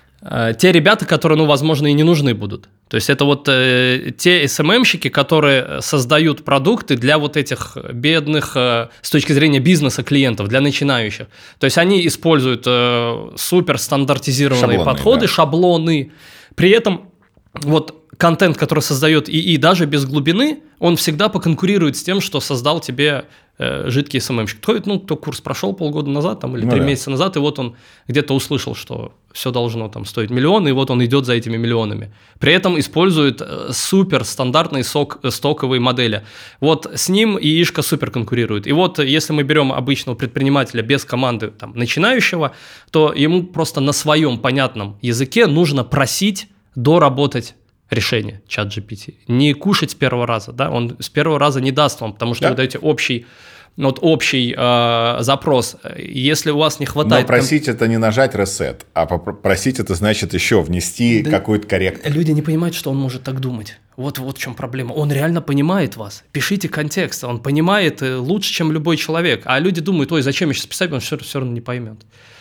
те ребята, которые, ну, возможно, и не нужны будут. То есть это вот э, те эс эм эм-щики, которые создают продукты для вот этих бедных, э, с точки зрения бизнеса, клиентов, для начинающих. То есть они используют э, супер стандартизированные шаблоны, подходы, да. шаблоны. При этом вот контент, который создает ИИ, даже без глубины, он всегда поконкурирует с тем, что создал тебе э, жидкий эс эм эм-щик. Кто, ну, кто курс прошел полгода назад там, или ну, три да. месяца назад, и вот он где-то услышал, что все должно там стоить миллионы, и вот он идет за этими миллионами. При этом использует э, супер стандартные сок, э, стоковые модели. Вот с ним ИИшка супер конкурирует. И вот если мы берем обычного предпринимателя без команды там, начинающего, то ему просто на своем понятном языке нужно просить доработать решение чат джи пи ти. Не кушать с первого раза, да, он с первого раза не даст вам, потому что да. вы даете общий, вот общий э, запрос. Если у вас не хватает... Но просить ком... это не нажать reset, а просить это значит еще внести да какой-то корректор. Люди не понимают, что он может так думать. Вот, вот в чем проблема. Он реально понимает вас. Пишите контекст. Он понимает лучше, чем любой человек. А люди думают, ой, зачем я сейчас писать, он все, все равно не поймет.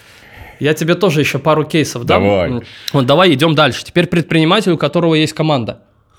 Я тебе тоже еще пару кейсов дам. Давай. Вот, давай идем дальше. Теперь предприниматель, у которого есть команда.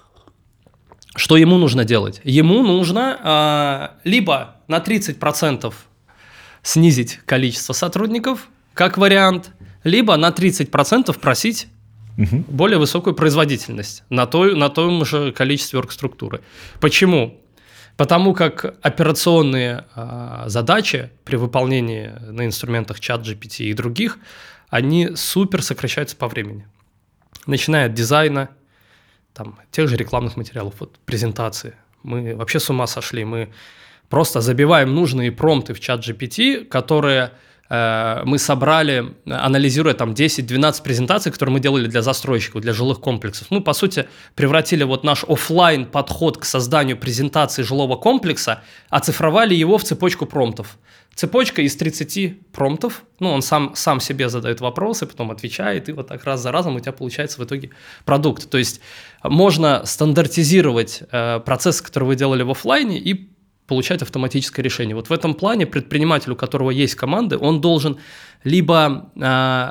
Что ему нужно делать? Ему нужно э, либо на тридцать процентов снизить количество сотрудников, как вариант, либо на тридцать процентов просить угу. более высокую производительность на, той, на том же количестве оргструктуры. Почему? Потому как операционные э, задачи при выполнении на инструментах чат джи пи ти и других, они супер сокращаются по времени. Начиная от дизайна, там, тех же рекламных материалов, вот, презентации. Мы вообще с ума сошли. Мы просто забиваем нужные промпты в чат джи пи ти, которые э, мы собрали, анализируя там десять-двенадцать презентаций, которые мы делали для застройщиков, для жилых комплексов. Мы, по сути, превратили вот наш офлайн подход к созданию презентации жилого комплекса, оцифровали его в цепочку промптов. Цепочка из тридцати промптов, ну, он сам, сам себе задает вопросы, потом отвечает, и вот так раз за разом у тебя получается в итоге продукт. То есть можно стандартизировать э, процессы, которые вы делали в офлайне, и получать автоматическое решение. Вот в этом плане предприниматель, у которого есть команды, он должен либо э,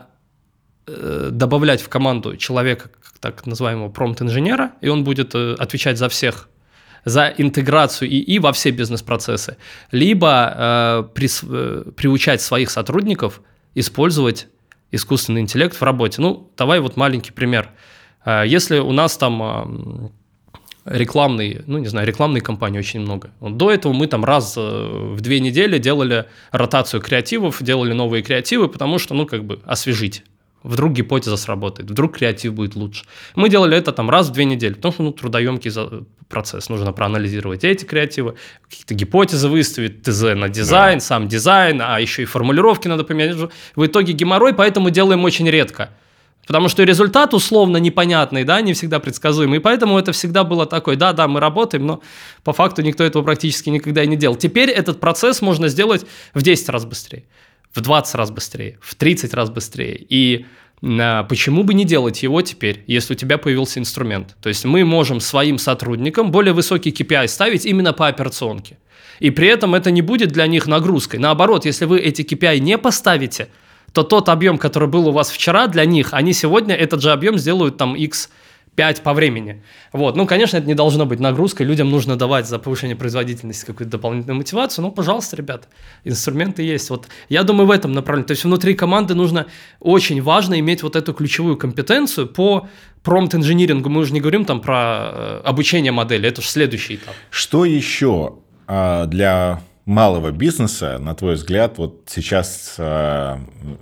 э, добавлять в команду человека, так называемого промпт-инженера, и он будет э, отвечать за всех, за интеграцию ИИ во все бизнес-процессы, либо э, при, э, приучать своих сотрудников использовать искусственный интеллект в работе. Ну, давай вот маленький пример. Э, если у нас там э, рекламный, ну, не знаю, рекламной кампании очень много. Вот до этого мы там раз э, в две недели делали ротацию креативов, делали новые креативы, потому что, ну, как бы освежить. Вдруг гипотеза сработает, вдруг креатив будет лучше. Мы делали это там раз в две недели, потому что ну, трудоемкий процесс. Нужно проанализировать эти креативы, какие-то гипотезы выставить, ТЗ на дизайн, да. сам дизайн, а еще и формулировки надо поменять. В итоге геморрой, поэтому делаем очень редко. Потому что результат условно непонятный, да, не всегда предсказуемый. И поэтому это всегда было такое, да-да, мы работаем, но по факту никто этого практически никогда и не делал. Теперь этот процесс можно сделать в десять раз быстрее. В двадцать раз быстрее, в тридцать раз быстрее. И а, почему бы не делать его теперь, если у тебя появился инструмент? То есть мы можем своим сотрудникам более высокий кей пи ай ставить именно по операционке. И при этом это не будет для них нагрузкой. Наоборот, если вы эти кей пи ай не поставите, то тот объем, который был у вас вчера для них, они сегодня этот же объем сделают там икс пять по времени. Вот. Ну, конечно, это не должно быть нагрузкой, людям нужно давать за повышение производительности какую-то дополнительную мотивацию, ну, пожалуйста, ребята, инструменты есть. Вот. Я думаю, в этом направлении. То есть внутри команды нужно очень важно иметь вот эту ключевую компетенцию по промпт-инжинирингу. Мы уже не говорим там про обучение модели, это же следующий этап. Что еще а, для малого бизнеса, на твой взгляд, вот сейчас э,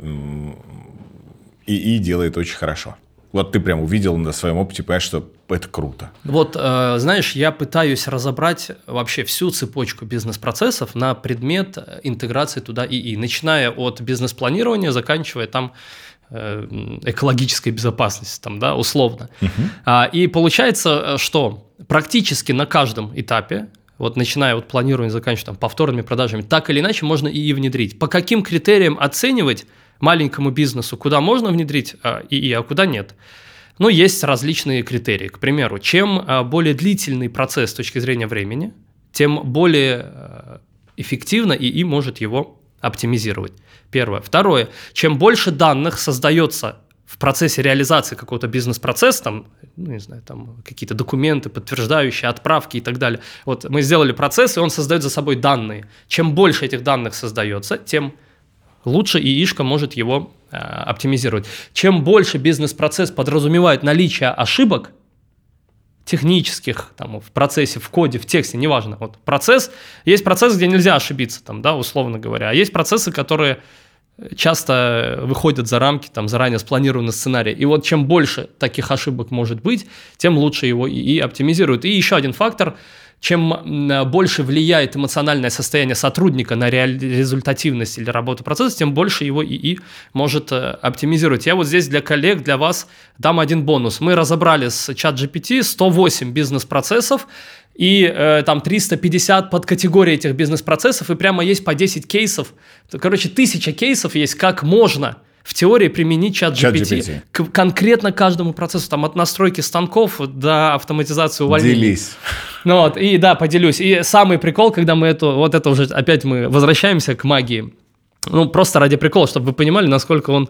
ИИ делает очень хорошо? Вот ты прям увидел на своем опыте, понимаешь, что это круто. Вот, э, знаешь, я пытаюсь разобрать вообще всю цепочку бизнес-процессов на предмет интеграции туда ИИ, начиная от бизнес-планирования, заканчивая там э, экологической безопасности, там, да, условно. Uh-huh. А, и получается, что практически на каждом этапе, вот начиная от планирования, заканчивая там, повторными продажами, так или иначе можно ИИ внедрить. По каким критериям оценивать маленькому бизнесу, куда можно внедрить ИИ, а куда нет? Ну, есть различные критерии. К примеру, чем более длительный процесс с точки зрения времени, тем более эффективно ИИ может его оптимизировать. Первое. Второе. Чем больше данных создается в процессе реализации какого-то бизнес-процесса, там, ну, не знаю, там какие-то документы, подтверждающие отправки и так далее. Вот мы сделали процесс, и он создает за собой данные. Чем больше этих данных создается, тем лучше ИИшка может его э, оптимизировать. Чем больше бизнес-процесс подразумевает наличие ошибок технических там, в процессе, в коде, в тексте, неважно. Вот процесс, есть процесс, где нельзя ошибиться, там, да, условно говоря, а есть процессы, которые часто выходят за рамки там, заранее спланированного сценария. И вот чем больше таких ошибок может быть, тем лучше его ИИ оптимизирует. И еще один фактор – чем больше влияет эмоциональное состояние сотрудника на результативность или работу процесса, тем больше его ИИ может оптимизировать. Я вот здесь для коллег, для вас дам один бонус. Мы разобрали с ChatGPT сто восемь бизнес-процессов и э, там триста пятьдесят подкатегорий этих бизнес-процессов, и прямо есть по десять кейсов. Короче, тысяча кейсов есть, как можно в теории применить ChatGPT к конкретно каждому процессу, там от настройки станков до автоматизации увольнений. Делись. Ну вот, и да, поделюсь. И самый прикол, когда мы это, вот это уже опять мы возвращаемся к магии. Ну, просто ради прикола, чтобы вы понимали, насколько он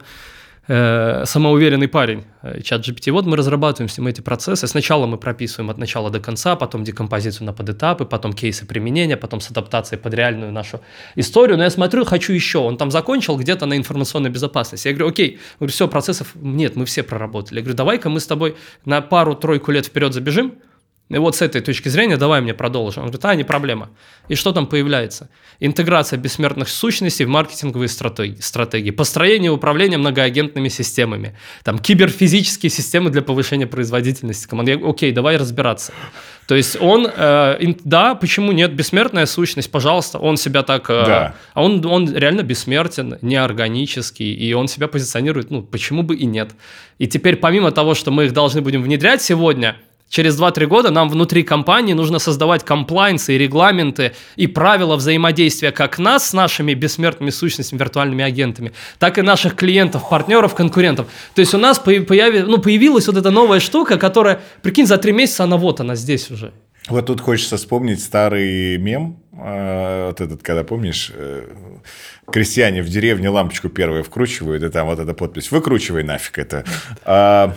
э, самоуверенный парень, ChatGPT. Вот мы разрабатываем с ним эти процессы. Сначала мы прописываем от начала до конца, потом декомпозицию на подэтапы, потом кейсы применения, потом с адаптацией под реальную нашу историю. Но я смотрю, хочу еще. Он там закончил где-то на информационной безопасности. Я говорю, окей, я говорю, все, процессов нет, мы все проработали. Я говорю, давай-ка мы с тобой на пару-тройку лет вперед забежим. И вот с этой точки зрения давай мне продолжим. Он говорит, а, не проблема. И что там появляется? Интеграция бессмертных сущностей в маркетинговые стратегии, стратегии, построение и управление многоагентными системами, там, киберфизические системы для повышения производительности команд. Я, окей, давай разбираться. То есть он, э, ин, да, почему нет, бессмертная сущность, пожалуйста, он себя так... Э, да. А он, он реально бессмертен, неорганический, и он себя позиционирует, ну, почему бы и нет. И теперь помимо того, что мы их должны будем внедрять сегодня, через два-три года нам внутри компании нужно создавать комплайнсы и регламенты и правила взаимодействия как нас с нашими бессмертными сущностями, виртуальными агентами, так и наших клиентов, партнеров, конкурентов. То есть у нас появи, ну, появилась вот эта новая штука, которая, прикинь, за три месяца она вот, она здесь уже. Вот тут хочется вспомнить старый мем, э, вот этот, когда, помнишь, э, крестьяне в деревне лампочку первую вкручивают, и там вот эта подпись «Выкручивай нафиг это». А,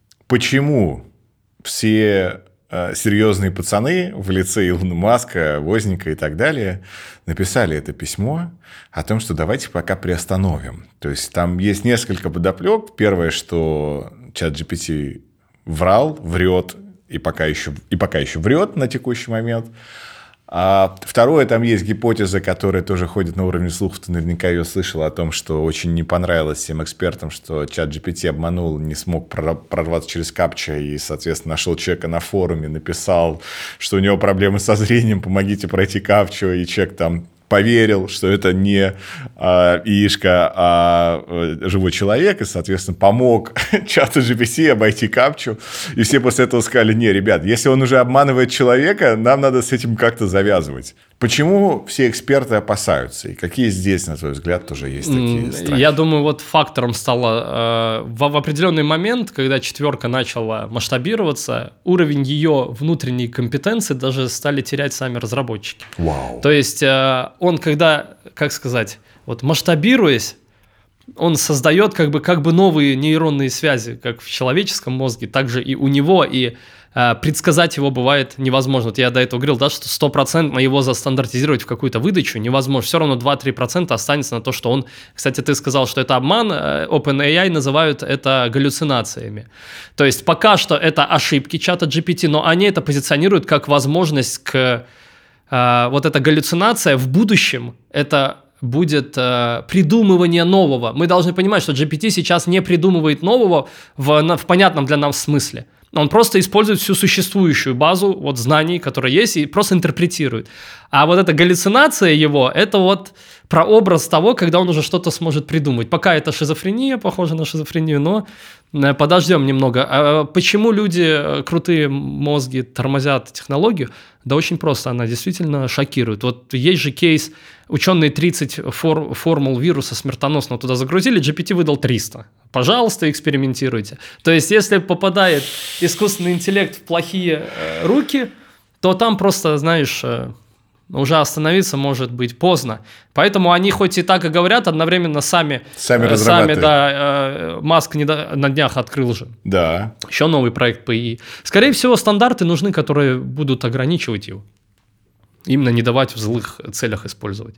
почему все э, серьезные пацаны в лице Илона Маска, Возника и так далее написали это письмо о том, что давайте пока приостановим. То есть там есть несколько подоплек. Первое, что ChatGPT врал, врет и пока еще, и пока еще врет на текущий момент. А второе, там есть гипотеза, которая тоже ходит на уровне слухов, ты наверняка ее слышал, о том, что очень не понравилось всем экспертам, что ChatGPT обманул, не смог прорваться через капча и, соответственно, нашел человека на форуме, написал, что у него проблемы со зрением, помогите пройти капчу, и человек там поверил, что это не а, ИИшка, а, а живой человек, и, соответственно, помог чату джи пи ти обойти капчу. И все после этого сказали, не, ребят, если он уже обманывает человека, нам надо с этим как-то завязывать. Почему все эксперты опасаются? И какие здесь, на твой взгляд, тоже есть такие страхи? Я думаю, вот фактором стало э, в, в определенный момент, когда четверка начала масштабироваться, уровень ее внутренней компетенции даже стали терять сами разработчики. Вау. То есть э, он когда, как сказать, вот масштабируясь, он создает как бы, как бы новые нейронные связи, как в человеческом мозге, так же и у него, и э, предсказать его бывает невозможно. Вот я до этого говорил, да, что стопроцентно его застандартизировать в какую-то выдачу невозможно. Все равно два-три процента останется на то, что он... Кстати, ты сказал, что это обман, OpenAI называют это галлюцинациями. То есть пока что это ошибки чата джи пи ти, но они это позиционируют как возможность к э, вот эта галлюцинация в будущем, это будет э, придумывание нового. Мы должны понимать, что джи пи ти сейчас не придумывает нового в, в понятном для нас смысле. Он просто использует всю существующую базу вот, знаний, которые есть, и просто интерпретирует. А вот эта галлюцинация его, это вот прообраз того, когда он уже что-то сможет придумать. Пока это шизофрения, похоже на шизофрению, но подождем немного. А почему люди, крутые мозги, тормозят технологию? Да очень просто, она действительно шокирует. Вот есть же кейс, ученые тридцать фор, формул вируса смертоносного туда загрузили, джи пи ти выдал триста. Пожалуйста, экспериментируйте. То есть, если попадает искусственный интеллект в плохие э, руки, то там просто, знаешь, э, уже остановиться может быть поздно. Поэтому они хоть и так и говорят, одновременно сами... Сами э, разрабатывают. Сами, да, э, Маск не до, на днях открыл же. Да. Еще новый проект по ИИ. Скорее всего, стандарты нужны, которые будут ограничивать его. Именно не давать в злых целях использовать.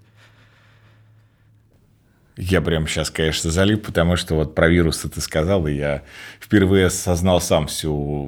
Я прямо сейчас, конечно, залип, потому что вот про вирусы ты сказал, и я впервые осознал сам всю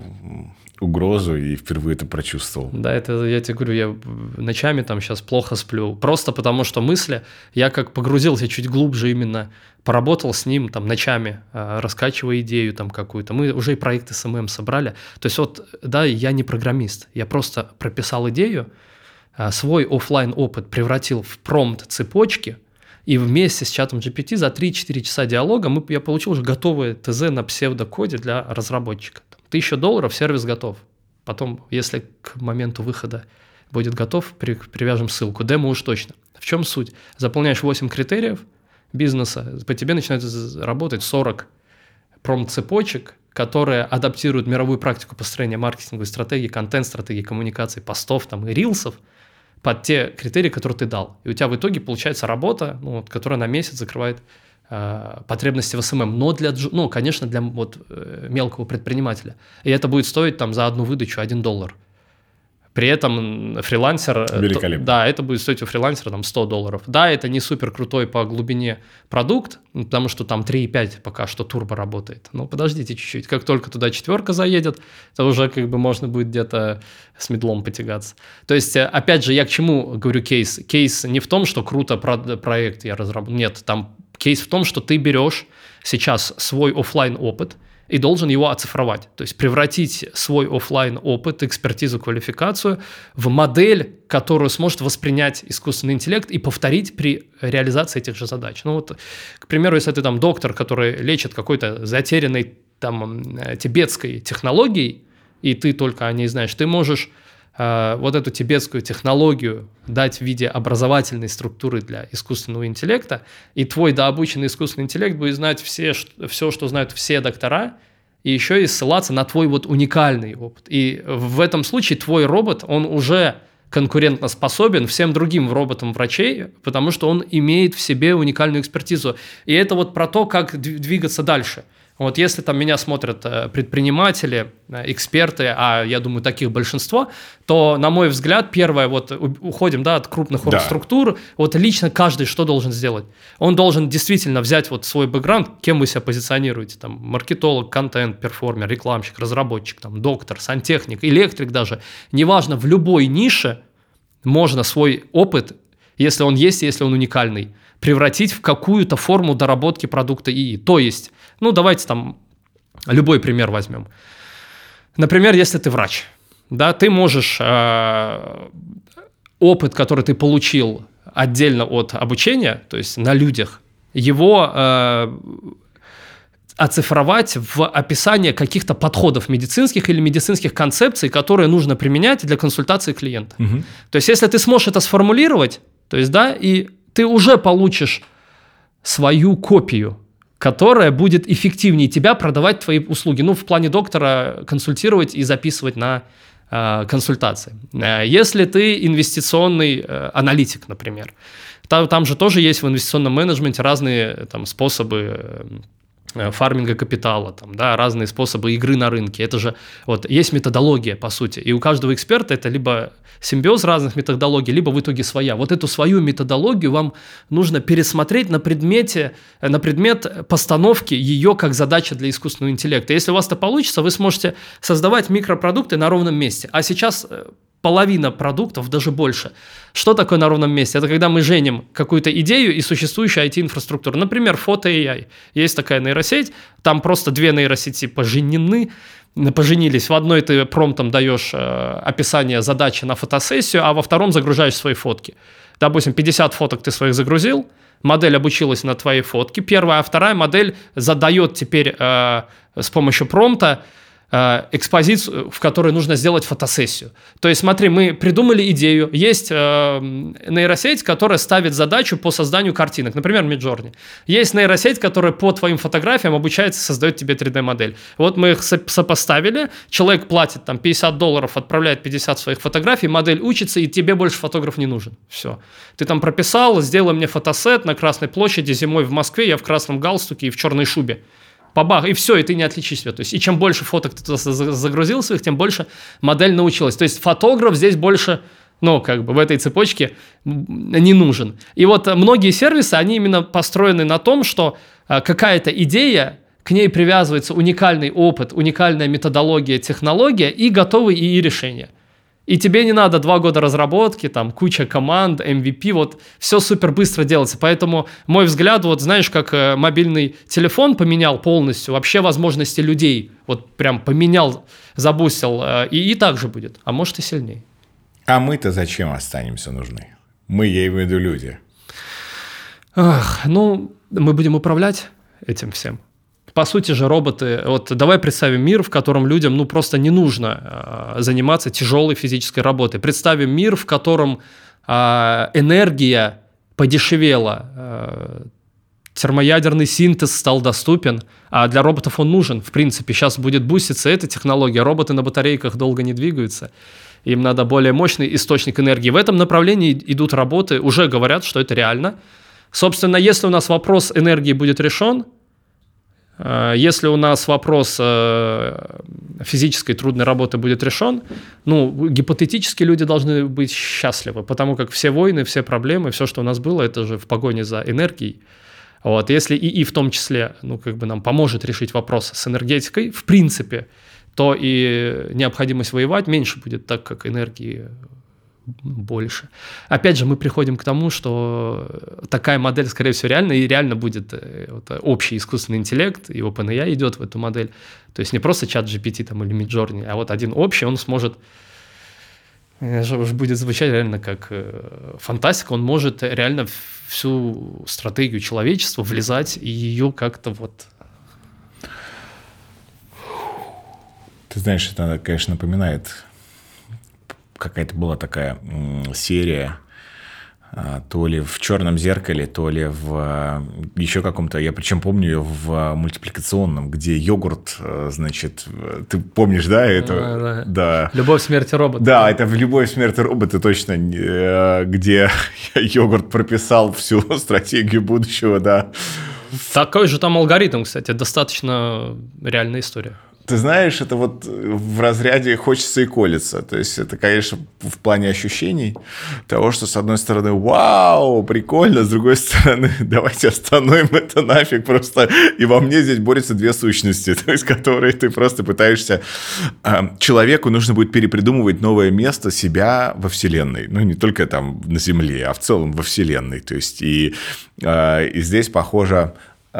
угрозу и впервые это прочувствовал. Да, это я тебе говорю, я ночами там сейчас плохо сплю, просто потому что мысли, я как погрузился чуть глубже именно, поработал с ним там ночами, раскачивая идею там какую-то, мы уже и проект эс эм эм собрали, то есть вот, да, я не программист, я просто прописал идею, свой офлайн опыт превратил в промпт цепочки, и вместе с чатом джи пи ти за три-четыре часа диалога мы, я получил уже готовое ТЗ на псевдокоде для разработчика. Тысяча долларов, сервис готов. Потом, если к моменту выхода будет готов, при, привяжем ссылку. Демо уж точно. В чем суть? Заполняешь восемь критериев бизнеса, по тебе начинает работать сорок промпт-цепочек, которые адаптируют мировую практику построения маркетинговой стратегии, контент-стратегии, коммуникации, постов там, и рилсов под те критерии, которые ты дал. И у тебя в итоге получается работа, ну, вот, которая на месяц закрывает э, потребности в эс эм эм. Но, для, ну, конечно, для вот, э, мелкого предпринимателя. И это будет стоить там, за одну выдачу один доллар. При этом фрилансер... Великолепно. То, да, это будет стоить у фрилансера там, сто долларов. Да, это не супер крутой по глубине продукт, потому что там три и пять пока что турбо работает. Но подождите чуть-чуть. Как только туда четверка заедет, то уже как бы можно будет где-то с медлом потягаться. То есть, опять же, я к чему говорю кейс? Кейс не в том, что круто про- проект я разработал. Нет, там кейс в том, что ты берешь сейчас свой офлайн опыт и должен его оцифровать. То есть превратить свой офлайн опыт, экспертизу, квалификацию в модель, которую сможет воспринять искусственный интеллект и повторить при реализации этих же задач. Ну вот, к примеру, если ты там доктор, который лечит какой-то затерянной там тибетской технологией, и ты только о ней знаешь, ты можешь э, вот эту тибетскую технологию дать в виде образовательной структуры для искусственного интеллекта, и твой дообученный искусственный интеллект будет знать все, что, все, что знают все доктора, и еще и ссылаться на твой вот уникальный опыт. И в этом случае твой робот, он уже конкурентоспособен всем другим роботам врачей, потому что он имеет в себе уникальную экспертизу. И это вот про то, как двигаться дальше. Вот если там меня смотрят предприниматели, эксперты, а я думаю, таких большинство, то, на мой взгляд, первое, вот уходим, да, от крупных да. структур, вот лично каждый что должен сделать? Он должен действительно взять вот свой бэкграунд, кем вы себя позиционируете, там, маркетолог, контент, перформер, рекламщик, разработчик, там, доктор, сантехник, электрик даже, неважно, в любой нише можно свой опыт, если он есть, если он уникальный, превратить в какую-то форму доработки продукта ИИ. То есть, ну, давайте там любой пример возьмем. Например, если ты врач, да, ты можешь э, опыт, который ты получил отдельно от обучения, то есть на людях, его э, оцифровать в описание каких-то подходов медицинских или медицинских концепций, которые нужно применять для консультации клиента. Угу. То есть, если ты сможешь это сформулировать, то есть, да, и ты уже получишь свою копию, которая будет эффективнее тебя продавать твои услуги. Ну, в плане доктора консультировать и записывать на э, консультации. Если ты инвестиционный э, аналитик, например, там, там же тоже есть в инвестиционном менеджменте разные там, способы э, фарминга капитала, там, да, разные способы игры на рынке. Это же вот, есть методология, по сути. И у каждого эксперта это либо симбиоз разных методологий, либо в итоге своя. Вот эту свою методологию вам нужно пересмотреть на, предмете, на предмет постановки ее как задача для искусственного интеллекта. Если у вас это получится, вы сможете создавать микропродукты на ровном месте. А сейчас половина продуктов, даже больше. Что такое на ровном месте? Это когда мы женим какую-то идею и существующую ай ти-инфраструктуру. Например, фото-эй ай. Есть такая нейросеть, там просто две нейросети поженены, поженились. В одной ты промптом даешь э, описание задачи на фотосессию, а во втором загружаешь свои фотки. Допустим, пятьдесят фоток ты своих загрузил, модель обучилась на твоей фотке, первая, а вторая модель задает теперь э, с помощью промпта э, экспозицию, в которой нужно сделать фотосессию. То есть смотри, мы придумали идею, есть э, нейросеть, которая ставит задачу по созданию картинок, например, Midjourney. Есть нейросеть, которая по твоим фотографиям обучается, создает тебе три дэ-модель. Вот мы их сопоставили, человек платит там пятьдесят долларов, отправляет пятьдесят своих фотографий, модель учится, и тебе больше фотограф не нужен. Все. Ты там прописал, сделай мне фотосет на Красной площади зимой в Москве, я в красном галстуке и в черной шубе. Бабах, и все, и ты не отличишь себя. То есть, и чем больше фоток ты туда загрузил своих, тем больше модель научилась. То есть фотограф здесь больше, ну, как бы в этой цепочке не нужен. И вот многие сервисы, они именно построены на том, что какая-то идея, к ней привязывается уникальный опыт, уникальная методология, технология и готовые ИИ решения. И тебе не надо два года разработки, там куча команд, эм ви пи, вот все супер быстро делается. Поэтому мой взгляд, вот знаешь, как э, мобильный телефон поменял полностью вообще возможности людей, вот прям поменял, забустил, э, и, и так же будет, а может и сильнее. А мы-то зачем останемся нужны? Мы, я имею в виду люди. Ах, ну, мы будем управлять этим всем. По сути же роботы, вот давай представим мир, в котором людям ну просто не нужно э, заниматься тяжелой физической работой. Представим мир, в котором э, энергия подешевела, э, термоядерный синтез стал доступен, а для роботов он нужен. В принципе, сейчас будет буститься эта технология, роботы на батарейках долго не двигаются, им надо более мощный источник энергии. В этом направлении идут работы, уже говорят, что это реально. Собственно, если у нас вопрос энергии будет решен, если у нас вопрос физической трудной работы будет решен, ну, гипотетически люди должны быть счастливы, потому как все войны, все проблемы, все, что у нас было, это же в погоне за энергией. Вот. Если ИИ в том числе, ну, как бы нам поможет решить вопрос с энергетикой, в принципе, то и необходимость воевать меньше будет, так как энергии больше. Опять же, мы приходим к тому, что такая модель, скорее всего, реально, и реально будет вот, общий искусственный интеллект, и OpenAI идет в эту модель. То есть не просто чат джи пи ти там, или Midjourney, а вот один общий, он сможет, будет звучать реально как фантастика, он может реально всю стратегию человечества влезать и ее как-то вот... Ты знаешь, это, конечно, напоминает... Какая-то была такая серия, то ли в «Черном зеркале», то ли в еще каком-то, я причем помню ее в мультипликационном, где йогурт, значит, ты помнишь, да? Это, а, да. Да. «Любовь, смерть и роботы». Да, это в «Любовь, смерть и роботы», точно, где йогурт прописал всю стратегию будущего, да. Такой же там алгоритм, кстати, достаточно реальная история. Ты знаешь, это вот в разряде хочется и колется. То есть это, конечно, в плане ощущений того, что с одной стороны, вау, прикольно, с другой стороны, давайте остановим это нафиг просто. И во мне здесь борются две сущности, то есть которые ты просто пытаешься... Человеку нужно будет перепридумывать новое место себя во Вселенной. Ну, не только там на Земле, а в целом во Вселенной. То есть и, и здесь, похоже...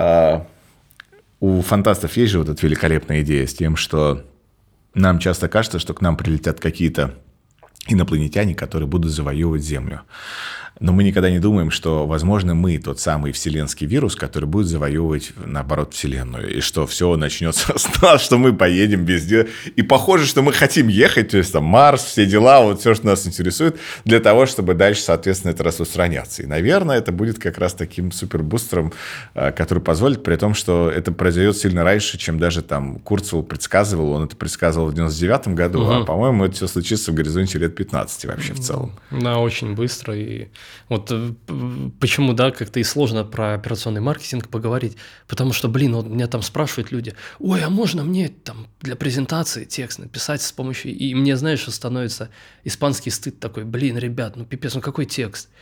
У фантастов есть же вот эта великолепная идея с тем, что нам часто кажется, что к нам прилетят какие-то инопланетяне, которые будут завоевывать Землю. Но мы никогда не думаем, что, возможно, мы тот самый вселенский вирус, который будет завоевывать, наоборот, Вселенную. И что все начнется с нас, что мы поедем везде. И похоже, что мы хотим ехать, то есть там Марс, все дела, вот все, что нас интересует, для того, чтобы дальше, соответственно, это распространяться. И, наверное, это будет как раз таким супербустером, который позволит, при том, что это произойдет сильно раньше, чем даже там Курцвелл предсказывал. Он это предсказывал в девяносто девятом году, угу. А, по-моему, это все случится в горизонте лет пятнадцати вообще в целом. Да, очень быстро. И вот почему, да, как-то и сложно про операционный маркетинг поговорить. Потому что, блин, вот меня там спрашивают люди, ой, а можно мне там для презентации текст написать с помощью... И мне, знаешь, становится испанский стыд такой, блин, ребят, ну пипец, ну какой текст?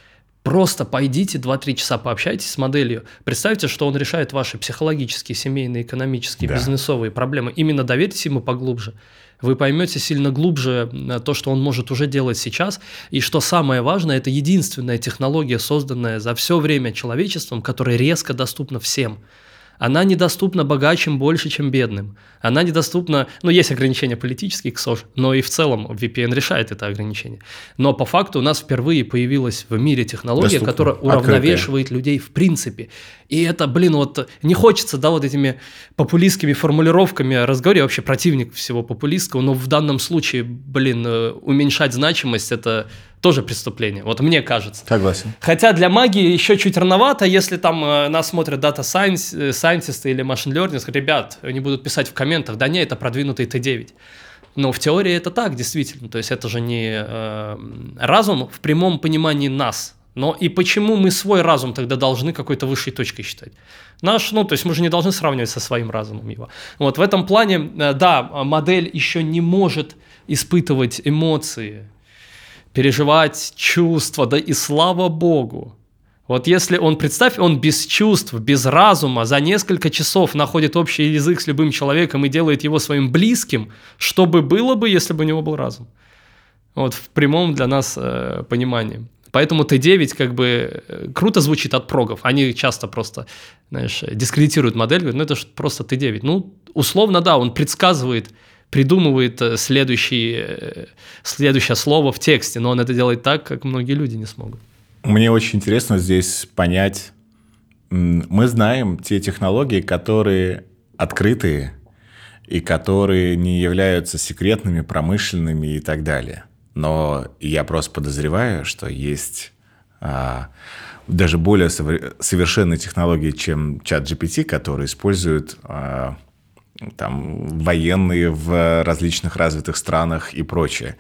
Просто пойдите два-три часа пообщайтесь с моделью. Представьте, что он решает ваши психологические, семейные, экономические, да. бизнесовые проблемы. Именно доверьтесь ему поглубже. Вы поймете сильно глубже то, что он может уже делать сейчас. И что самое важное, это единственная технология, созданная за все время человечеством, которая резко доступна всем. Она недоступна богачим больше, чем бедным. Она недоступна... Ну, есть ограничения политические, к СОЖ, но и в целом ви пи эн решает это ограничение. Но по факту у нас впервые появилась в мире технология, доступна, которая уравновешивает открытая. Людей в принципе. И это, блин, вот не хочется, да, вот этими популистскими формулировками разговаривать. Я вообще противник всего популистского, но в данном случае, блин, уменьшать значимость – это... тоже преступление, вот мне кажется. Согласен. Хотя для магии еще чуть рановато, если там э, нас смотрят дата сайентисты или машин learning, ребят, они будут писать в комментах, да не, это продвинутый Т девять. Но в теории это так, действительно, то есть это же не э, разум в прямом понимании нас. Но и почему мы свой разум тогда должны какой-то высшей точкой считать? Наш, ну, то есть мы же не должны сравнивать со своим разумом его. Вот в этом плане, э, да, модель еще не может испытывать эмоции, переживать чувства, да и слава богу. Вот если он, представь, он без чувств, без разума за несколько часов находит общий язык с любым человеком и делает его своим близким, что бы было бы, если бы у него был разум? Вот в прямом для нас э, понимании. Поэтому Т девять как бы круто звучит от прогов. Они часто просто, знаешь, дискредитируют модель, говорят, ну это же просто Т девять. Ну, условно, да, он предсказывает, придумывает следующий, следующее слово в тексте, но он это делает так, как многие люди не смогут. Мне очень интересно здесь понять, мы знаем те технологии, которые открытые и которые не являются секретными, промышленными и так далее. Но я просто подозреваю, что есть а, даже более совершенные технологии, чем чат джи пи ти, которые используют... А, там, военные в различных развитых странах и прочее.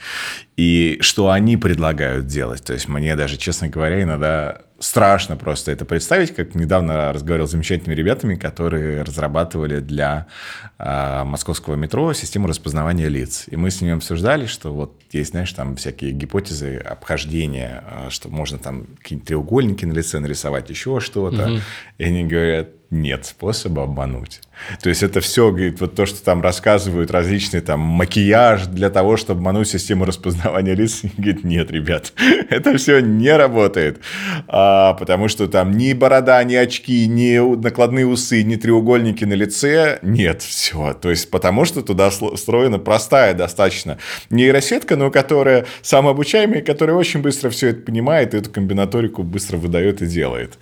И что они предлагают делать. То есть мне даже, честно говоря, иногда страшно просто это представить, как недавно разговаривал с замечательными ребятами, которые разрабатывали для э, московского метро систему распознавания лиц. И мы с ними обсуждали, что вот есть, знаешь, там всякие гипотезы обхождения, э, что можно там какие-нибудь треугольники на лице нарисовать, еще что-то. Угу. И они говорят, нет способа обмануть. То есть это все, говорит, вот то, что там рассказывают различные там макияж для того, чтобы обмануть систему распознавания лиц. Говорит, нет, ребят, это все не работает. А, потому что там ни борода, ни очки, ни накладные усы, ни треугольники на лице. Нет, все. То есть потому что туда встроена простая достаточно нейросетка, но которая самообучаемая, которая очень быстро все это понимает и эту комбинаторику быстро выдает и делает.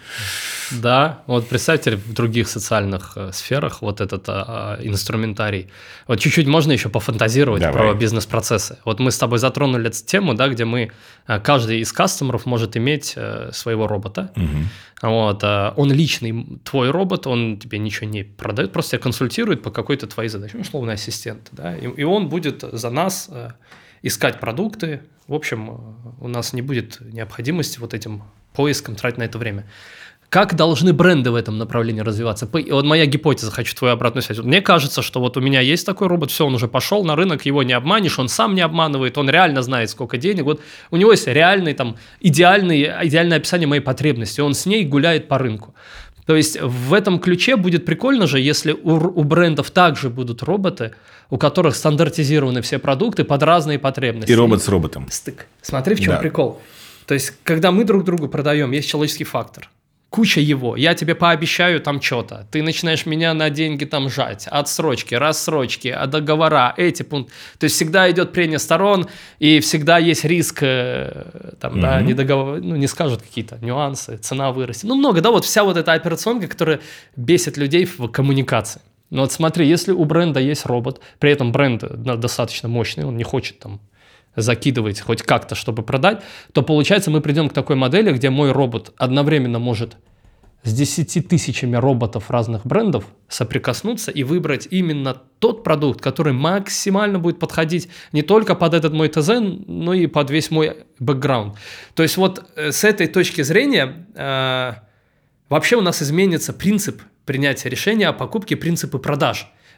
Да, вот представьте, в других социальных э, сферах вот этот э, инструментарий. Вот чуть-чуть можно еще пофантазировать. Давай. Про бизнес-процессы. Вот мы с тобой затронули эту тему, да, где мы, э, каждый из кастомеров может иметь э, своего робота. Угу. Вот, э, он личный, твой робот, он тебе ничего не продает, просто тебя консультирует по какой-то твоей задаче, условный ассистент. Да, и, и он будет за нас э, искать продукты. В общем, э, у нас не будет необходимости вот этим поиском тратить на это время. Как должны бренды в этом направлении развиваться? Вот моя гипотеза, хочу твою обратную связь. Мне кажется, что вот у меня есть такой робот, все, он уже пошел на рынок, его не обманешь, он сам не обманывает, он реально знает, сколько денег. Вот у него есть реальный, там, идеальный, идеальное описание моей потребности, он с ней гуляет по рынку. То есть в этом ключе будет прикольно же, если у, у брендов также будут роботы, у которых стандартизированы все продукты под разные потребности. И робот с роботом. Стык. Смотри, в чем да. прикол. То есть когда мы друг другу продаем, есть человеческий фактор. Куча его. Я тебе пообещаю там что-то. Ты начинаешь меня на деньги там жать. Отсрочки, рассрочки, договора, эти пункты. То есть всегда идет прения сторон, и всегда есть риск, там, mm-hmm. да, не, договор... ну, не скажут какие-то нюансы, цена вырастет. Ну, много, да, вот вся вот эта операционка, которая бесит людей в коммуникации. Но вот смотри, если у бренда есть робот, при этом бренд достаточно мощный, он не хочет там закидывать хоть как-то, чтобы продать, то получается мы придем к такой модели, где мой робот одновременно может с десятью тысячами роботов разных брендов соприкоснуться и выбрать именно тот продукт, который максимально будет подходить не только под этот мой ТЗ, но и под весь мой бэкграунд. То есть вот с этой точки зрения э, вообще у нас изменится принцип принятия решения о покупке, принципы продаж.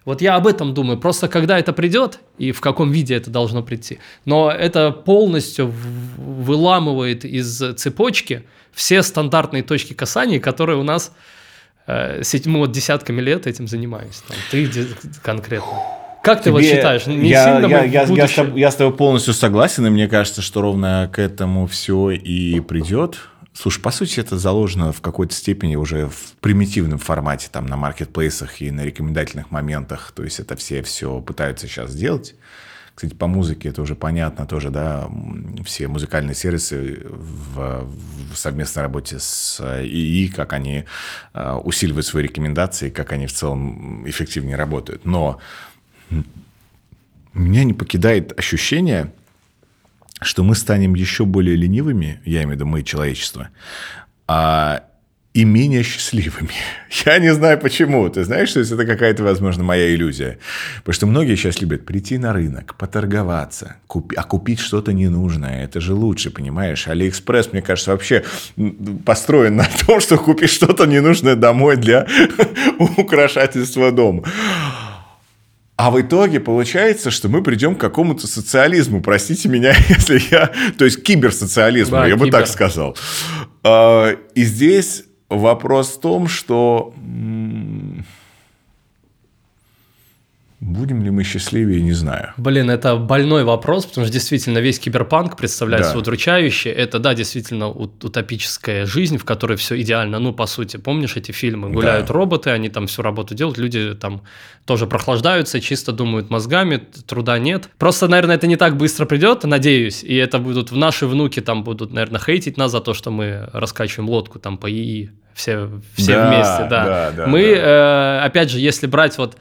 Вот я об этом думаю. Просто когда это придет и в каком виде это должно прийти. Но это полностью выламывает из цепочки все стандартные точки касания, которые у нас э, мы вот десятками лет этим занимаемся. Там, ты конкретно. Как ты Тебе... вот считаешь? Не я, сильно я, мы я, в будущем... я, я с тобой полностью согласен, и мне кажется, что ровно к этому все и придет. Слушай, по сути, это заложено в какой-то степени уже в примитивном формате, там, на маркетплейсах и на рекомендательных моментах. То есть это все все пытаются сейчас сделать. Кстати, по музыке это уже понятно тоже, да, все музыкальные сервисы в, в совместной работе с ИИ, как они усиливают свои рекомендации, как они в целом эффективнее работают. Но меня не покидает ощущение, что мы станем еще более ленивыми, я имею в виду мы, человечество, а, и менее счастливыми. Я не знаю почему. Ты знаешь, что это какая-то, возможно, моя иллюзия. Потому что многие сейчас любят прийти на рынок, поторговаться, купи, а купить что-то ненужное. Это же лучше, понимаешь? Алиэкспресс, мне кажется, вообще построен на том, что купить что-то ненужное домой для украшательства дома. А в итоге получается, что мы придем к какому-то социализму. Простите меня, если я... То есть киберсоциализму, да, я кибер. бы так сказал. И здесь вопрос в том, что... Будем ли мы счастливее, не знаю. Блин, это больной вопрос, потому что действительно весь киберпанк представляется да. удручающе. Это, да, действительно утопическая жизнь, в которой все идеально. Ну, по сути, помнишь эти фильмы? Гуляют да. роботы, они там всю работу делают, люди там тоже прохлаждаются, чисто думают мозгами, труда нет. Просто, наверное, это не так быстро придет, надеюсь, и это будут наши внуки там будут, наверное, хейтить нас за то, что мы раскачиваем лодку там по ИИ все, все да, вместе. Да, да, да, мы, да. Э, опять же, если брать вот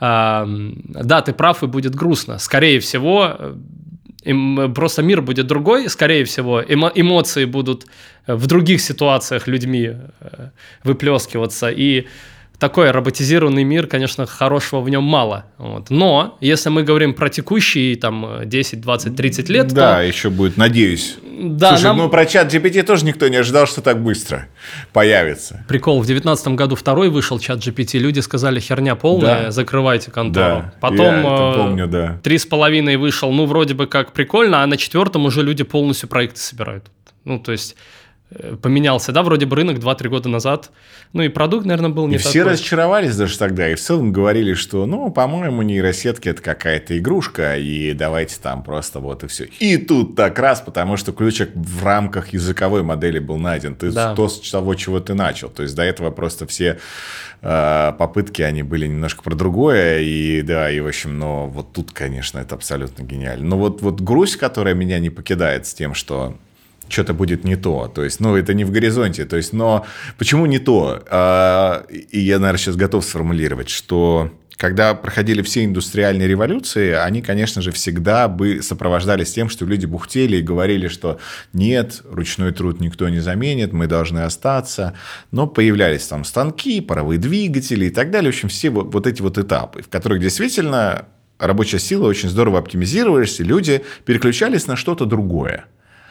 да, ты прав, и будет грустно. Скорее всего, им, просто мир будет другой, скорее всего, эмо, эмоции будут в других ситуациях людьми выплескиваться, и такой роботизированный мир, конечно, хорошего в нем мало. Вот. Но если мы говорим про текущие там, десять, двадцать, тридцать лет, да, то... еще будет, надеюсь. Да, Слушай, нам... ну про чат джи пи ти тоже никто не ожидал, что так быстро появится. Прикол, в девятнадцатом году второй вышел чат джи пи ти, люди сказали, херня полная, да. закрывайте контору. Да, потом я это помню, да. три с половиной вышел, ну, вроде бы как прикольно, а на четвертом уже люди полностью проекты собирают. Ну, то есть... поменялся, да, вроде бы рынок два-три года назад, ну и продукт, наверное, был не и такой. Все разочаровались даже тогда, и в целом говорили, что, ну, по-моему, нейросетки – это какая-то игрушка, и давайте там просто вот и все. И тут так раз, потому что ключик в рамках языковой модели был найден, ты да. то, с того, чего ты начал, то есть до этого просто все э, попытки, они были немножко про другое, и да, и в общем, но вот тут, конечно, это абсолютно гениально. Но вот, вот грусть, которая меня не покидает с тем, что что-то будет не то. То есть, ну, это не в горизонте. То есть, но почему не то? И я, наверное, сейчас готов сформулировать, что когда проходили все индустриальные революции, они, конечно же, всегда бы сопровождались тем, что люди бухтели и говорили, что нет, ручной труд никто не заменит, мы должны остаться. Но появлялись там станки, паровые двигатели и так далее. В общем, все вот, вот эти вот этапы, в которых действительно рабочая сила очень здорово оптимизировалась, и люди переключались на что-то другое.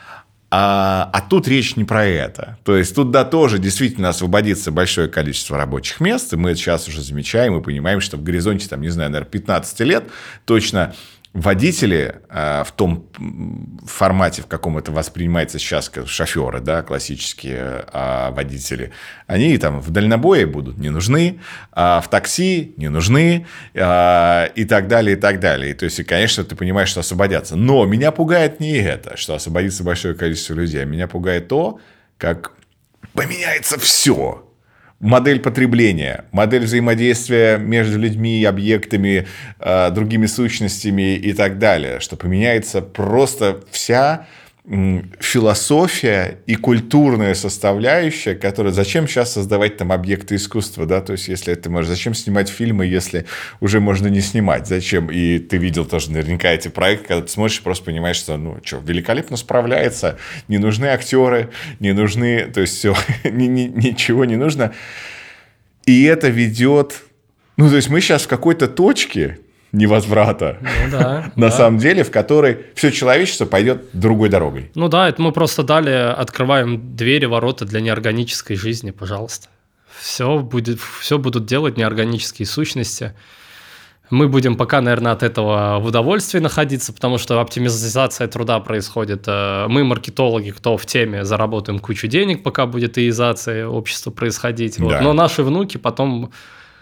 А, а тут речь не про это. То есть, тут, да, тоже действительно освободится большое количество рабочих мест, и мы это сейчас уже замечаем и понимаем, что в горизонте, там, не знаю, наверное, пятнадцать лет точно водители э, в том формате, в каком это воспринимается сейчас, как шоферы, да, классические э, водители, они там в дальнобое будут не нужны, а в такси не нужны э, и так далее, и так далее. То есть, и, конечно, ты понимаешь, что освободятся. Но меня пугает не это, что освободится большое количество людей, а меня пугает то, как поменяется все. Модель потребления, модель взаимодействия между людьми и объектами, э, другими сущностями и так далее, что поменяется просто вся м, философия и культурная составляющая, которая... Зачем сейчас создавать там объекты искусства, да, то есть, если это можно... Зачем снимать фильмы, если уже можно не снимать? Зачем? И ты видел тоже наверняка эти проекты, когда ты смотришь, просто понимаешь, что, ну, что, великолепно справляется, не нужны актеры, не нужны... То есть, все, ни, ни, ничего не нужно. И это ведет... Ну, то есть, мы сейчас в какой-то точке невозврата, ну, да, на да. самом деле, в которой все человечество пойдет другой дорогой. Ну да, это мы просто далее открываем двери, ворота для неорганической жизни, пожалуйста. Все, будет, все будут делать неорганические сущности. Мы будем пока, наверное, от этого в удовольствии находиться, потому что оптимизация труда происходит. Мы, маркетологи, кто в теме, заработаем кучу денег, пока будет иизация общества происходить. Да. Вот. Но наши внуки потом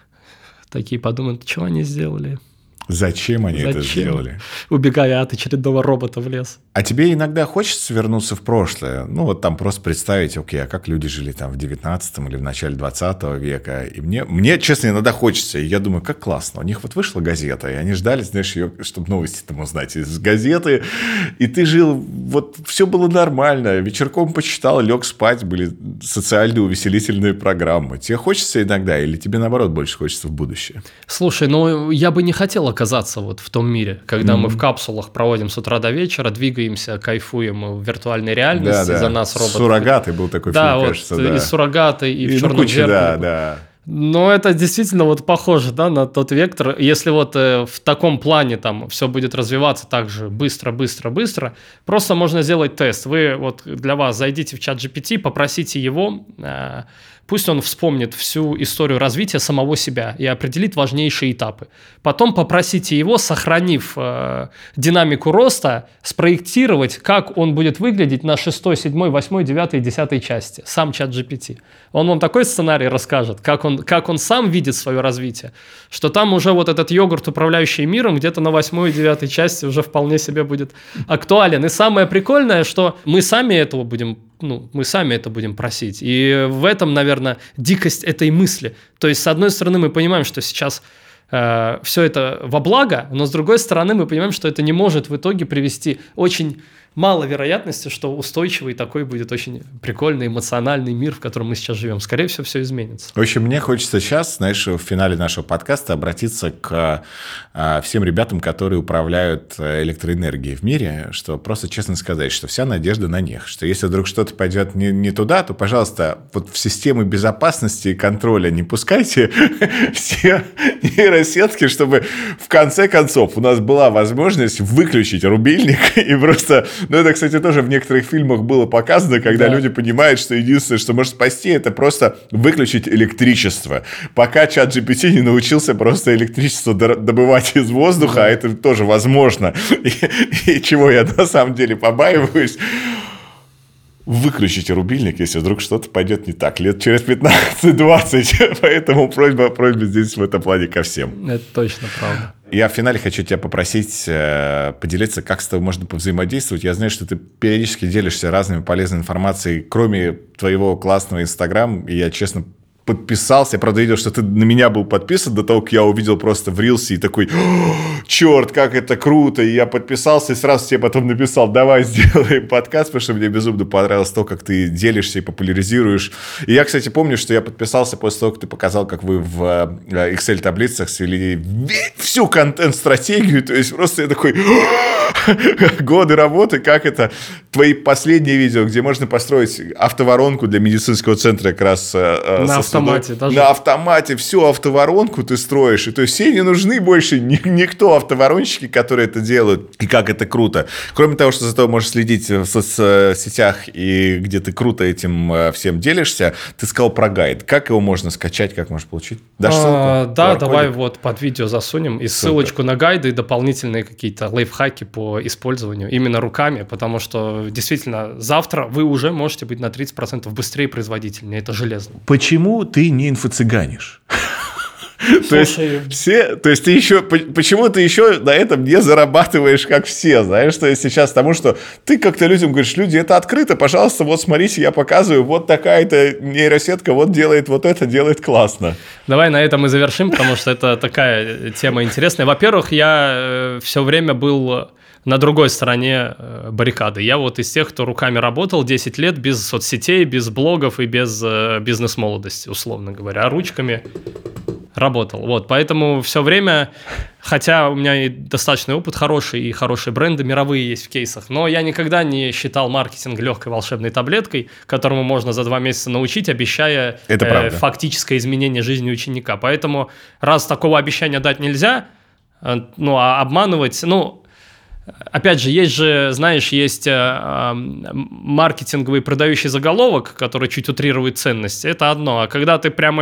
такие подумают, что они сделали. Зачем они Зачем? это сделали? Убегая от очередного робота в лес. А тебе иногда хочется вернуться в прошлое? Ну, вот там просто представить, окей, а как люди жили там в девятнадцатом или в начале двадцатого века? И мне, мне, честно, иногда хочется. И я думаю, как классно. У них вот вышла газета, и они ждали, знаешь, ее, чтобы новости там узнать из газеты. И ты жил, вот все было нормально. Вечерком почитал, лег спать, были социальные увеселительные программы. Тебе хочется иногда или тебе, наоборот, больше хочется в будущее? Слушай, ну, я бы не хотел оказаться вот в том мире, когда mm-hmm. мы в капсулах проводим с утра до вечера, двигаемся, кайфуем в виртуальной реальности, да, за да. нас робот. «Суррогаты» был такой да, фильм, вот, кажется. Да, и и «Суррогаты», и, и «В черном куча, зеркале». Да, да. Но это действительно вот похоже, да, на тот вектор. Если вот э, в таком плане там все будет развиваться так же быстро, быстро, быстро, просто можно сделать тест. Вы вот для вас зайдите в чат джи пи ти, попросите его, э, пусть он вспомнит всю историю развития самого себя и определит важнейшие этапы. Потом попросите его, сохранив э, динамику роста, спроектировать, как он будет выглядеть на шестой, седьмой, восьмой, девятой и десятой части. Сам чат джи пи ти. Он вам такой сценарий расскажет, как он, как он сам видит свое развитие, что там уже вот этот йогурт, управляющий миром, где-то на восьмой и девятой части уже вполне себе будет актуален. И самое прикольное, что мы сами этого будем, ну, мы сами это будем просить. И в этом, наверное, дикость этой мысли. То есть, с одной стороны, мы понимаем, что сейчас э, все это во благо, но с другой стороны, мы понимаем, что это не может в итоге привести очень мало вероятности, что устойчивый такой будет очень прикольный эмоциональный мир, в котором мы сейчас живем. Скорее всего, все изменится. В общем, мне хочется сейчас, знаешь, в финале нашего подкаста обратиться к а, всем ребятам, которые управляют электроэнергией в мире, что просто честно сказать, что вся надежда на них, что если вдруг что-то пойдет не, не туда, то, пожалуйста, вот в систему безопасности и контроля не пускайте все нейросетки, чтобы в конце концов у нас была возможность выключить рубильник и просто... Ну, это, кстати, тоже в некоторых фильмах было показано, когда да. люди понимают, что единственное, что может спасти, это просто выключить электричество. Пока чат джи пи ти не научился просто электричество добывать из воздуха, да. а это тоже возможно, и, и чего я на самом деле побаиваюсь, выключите рубильник, если вдруг что-то пойдет не так. Лет через пятнадцать-двадцать. Поэтому просьба, просьба здесь в этом плане ко всем. Это точно правда. Я в финале хочу тебя попросить э, поделиться, как с тобой можно повзаимодействовать. Я знаю, что ты периодически делишься разными полезной информацией, кроме твоего классного Инстаграм. И я, честно, подписался. Я, правда, видел, что ты на меня был подписан до того, как я увидел просто в Рилсе и такой, черт, как это круто. И я подписался и сразу тебе потом написал, давай сделаем подкаст, потому что мне безумно понравилось то, как ты делишься и популяризируешь. И я, кстати, помню, что я подписался после того, как ты показал, как вы в Excel-таблицах свели всю контент-стратегию. То есть просто я такой, годы работы, как это? Твои последние видео, где можно построить автоворонку для медицинского центра как раз на автомате. Даже. На автомате всю автоворонку ты строишь. И то есть все не нужны больше ни, никто автоворонщики, которые это делают. И как это круто. Кроме того, что за тобой можешь следить в соцсетях и где ты круто этим всем делишься, ты сказал про гайд. Как его можно скачать, как можешь получить? Дашь ссылку? А, да, давай вот под видео засунем и ссылочку на гайды и дополнительные какие-то лайфхаки по использованию именно руками, потому что действительно завтра вы уже можете быть на тридцать процентов быстрее и производительнее. Это железно. Почему ты не инфо-цыганишь? То есть, все, то есть ты еще, почему ты еще на этом не зарабатываешь, как все, знаешь, что я сейчас тому, что ты как-то людям говоришь, люди, это открыто, пожалуйста, вот смотрите, я показываю, вот такая-то нейросетка, вот делает вот это, делает классно. Давай на этом и завершим, потому что это такая тема интересная. Во-первых, я все время был на другой стороне баррикады. Я вот из тех, кто руками работал десять лет без соцсетей, без блогов и без бизнес-молодости, условно говоря, а ручками работал. Вот, поэтому все время, хотя у меня и достаточный опыт хороший, и хорошие бренды мировые есть в кейсах, но я никогда не считал маркетинг легкой волшебной таблеткой, которому можно за два месяца научить, обещая э, фактическое изменение жизни ученика. Поэтому раз такого обещания дать нельзя, э, ну, а обманывать, ну, опять же, есть же, знаешь, есть э, э, маркетинговый продающий заголовок, который чуть утрирует ценность, это одно, а когда ты прямо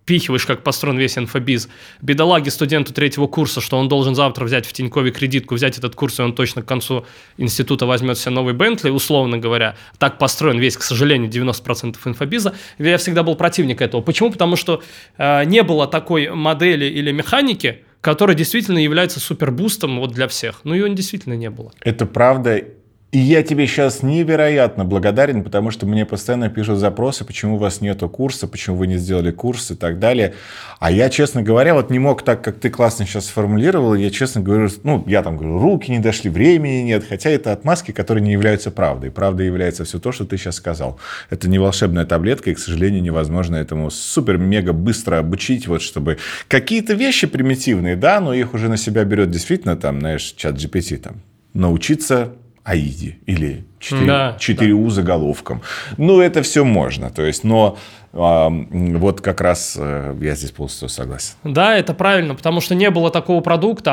впихиваешь, как построен весь инфобиз. Бедолаге студенту третьего курса, что он должен завтра взять в Тинькове кредитку, взять этот курс, и он точно к концу института возьмет себе новый Бентли, условно говоря. Так построен весь, к сожалению, девяносто процентов инфобиза. Я всегда был противник этого. Почему? Потому что э, не было такой модели или механики, которая действительно является супербустом вот для всех. Но ее действительно не было. Это правда. И я тебе сейчас невероятно благодарен, потому что мне постоянно пишут запросы, почему у вас нету курса, почему вы не сделали курс и так далее. А я, честно говоря, вот не мог так, как ты классно сейчас сформулировал, я честно говорю, ну, я там говорю, руки не дошли, времени нет, хотя это отмазки, которые не являются правдой. Правдой является все то, что ты сейчас сказал. Это не волшебная таблетка, и, к сожалению, невозможно этому супер-мега быстро обучить, вот, чтобы какие-то вещи примитивные, да, но их уже на себя берет действительно, там, знаешь, чат джи пи ти, там, научиться АИДе или четыре у да, да. заголовком. Ну, это все можно. То есть, но э, вот как раз э, я здесь полностью согласен. Да, это правильно, потому что не было такого продукта,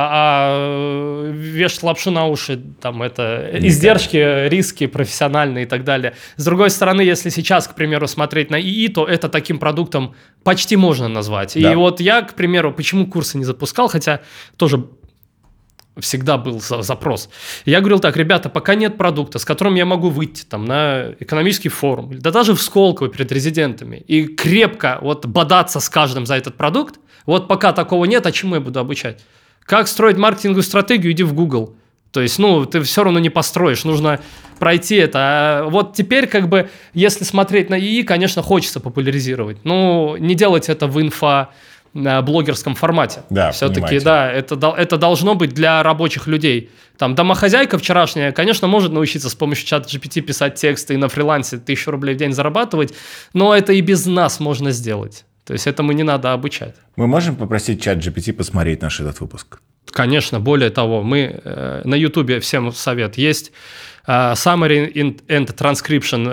а вешать лапшу на уши, там, это не издержки, так. риски профессиональные и так далее. С другой стороны, если сейчас, к примеру, смотреть на ИИ, то это таким продуктом почти можно назвать. Да. И вот я, к примеру, почему курсы не запускал, хотя тоже... всегда был запрос. Я говорил так, ребята, пока нет продукта, с которым я могу выйти там, на экономический форум, да даже в Сколково перед резидентами, и крепко вот бодаться с каждым за этот продукт, вот пока такого нет, а чему я буду обучать? Как строить маркетинговую стратегию, иди в Google. То есть, ну, ты все равно не построишь, нужно пройти это. А вот теперь, как бы, если смотреть на ИИ, конечно, хочется популяризировать. Ну, не делать это в инфо... на блогерском формате. Да, все-таки, да, это, это должно быть для рабочих людей. Там домохозяйка вчерашняя, конечно, может научиться с помощью чат джи пи ти писать тексты и на фрилансе тысячу рублей в день зарабатывать, но это и без нас можно сделать. То есть этому не надо обучать. Мы можем попросить чат джи пи ти посмотреть наш этот выпуск? Конечно, более того, мы э, на YouTube всем совет есть. Э, summary and transcription,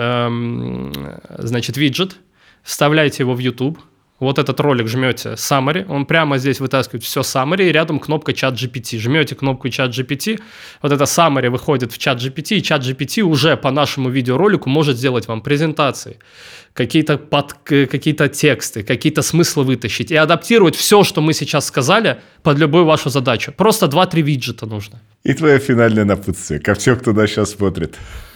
э, значит, виджет. Вставляйте его в YouTube. Вот этот ролик жмете summary, он прямо здесь вытаскивает все summary, и рядом кнопка чат джи пи ти. Жмете кнопку чат джи пи ти, вот это summary выходит в чат джи пи ти, и чат джи пи ти уже по нашему видеоролику может сделать вам презентации, какие-то, под, какие-то тексты, какие-то смыслы вытащить и адаптировать все, что мы сейчас сказали, под любую вашу задачу. Просто два-три виджета нужно. И твое финальное напутствие ко всем, кто нас сейчас смотрит.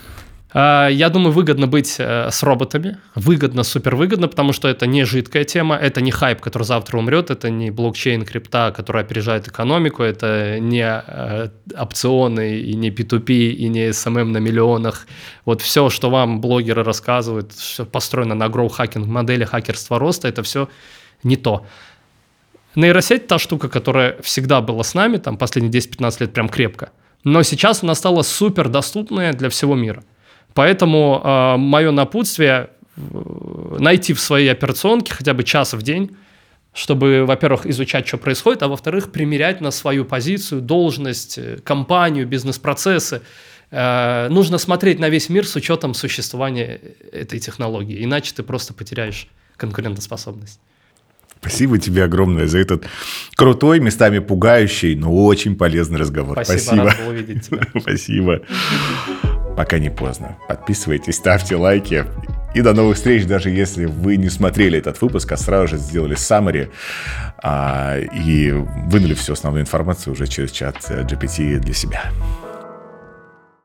Я думаю, выгодно быть с роботами, выгодно, супервыгодно, потому что это не жидкая тема, это не хайп, который завтра умрет, это не блокчейн, крипта, которая опережает экономику, это не опционы, и не пи ту пи, и не эс эм эм на миллионах. Вот все, что вам блогеры рассказывают, что построено на гроу-хакинг модели хакерства роста, это все не то. Нейросеть – та штука, которая всегда была с нами, там последние десять-пятнадцать лет прям крепко, но сейчас она стала супердоступная для всего мира. Поэтому э, мое напутствие – найти в своей операционке хотя бы час в день, чтобы, во-первых, изучать, что происходит, а во-вторых, примерять на свою позицию, должность, компанию, бизнес-процессы. Э, нужно смотреть на весь мир с учетом существования этой технологии, иначе ты просто потеряешь конкурентоспособность. Спасибо тебе огромное за этот крутой, местами пугающий, но очень полезный разговор. Спасибо, Спасибо. Рад был увидеть тебя. Спасибо. Пока не поздно. Подписывайтесь, ставьте лайки. И до новых встреч, даже если вы не смотрели этот выпуск, а сразу же сделали summary а, и вынули всю основную информацию уже через чат джи пи ти для себя.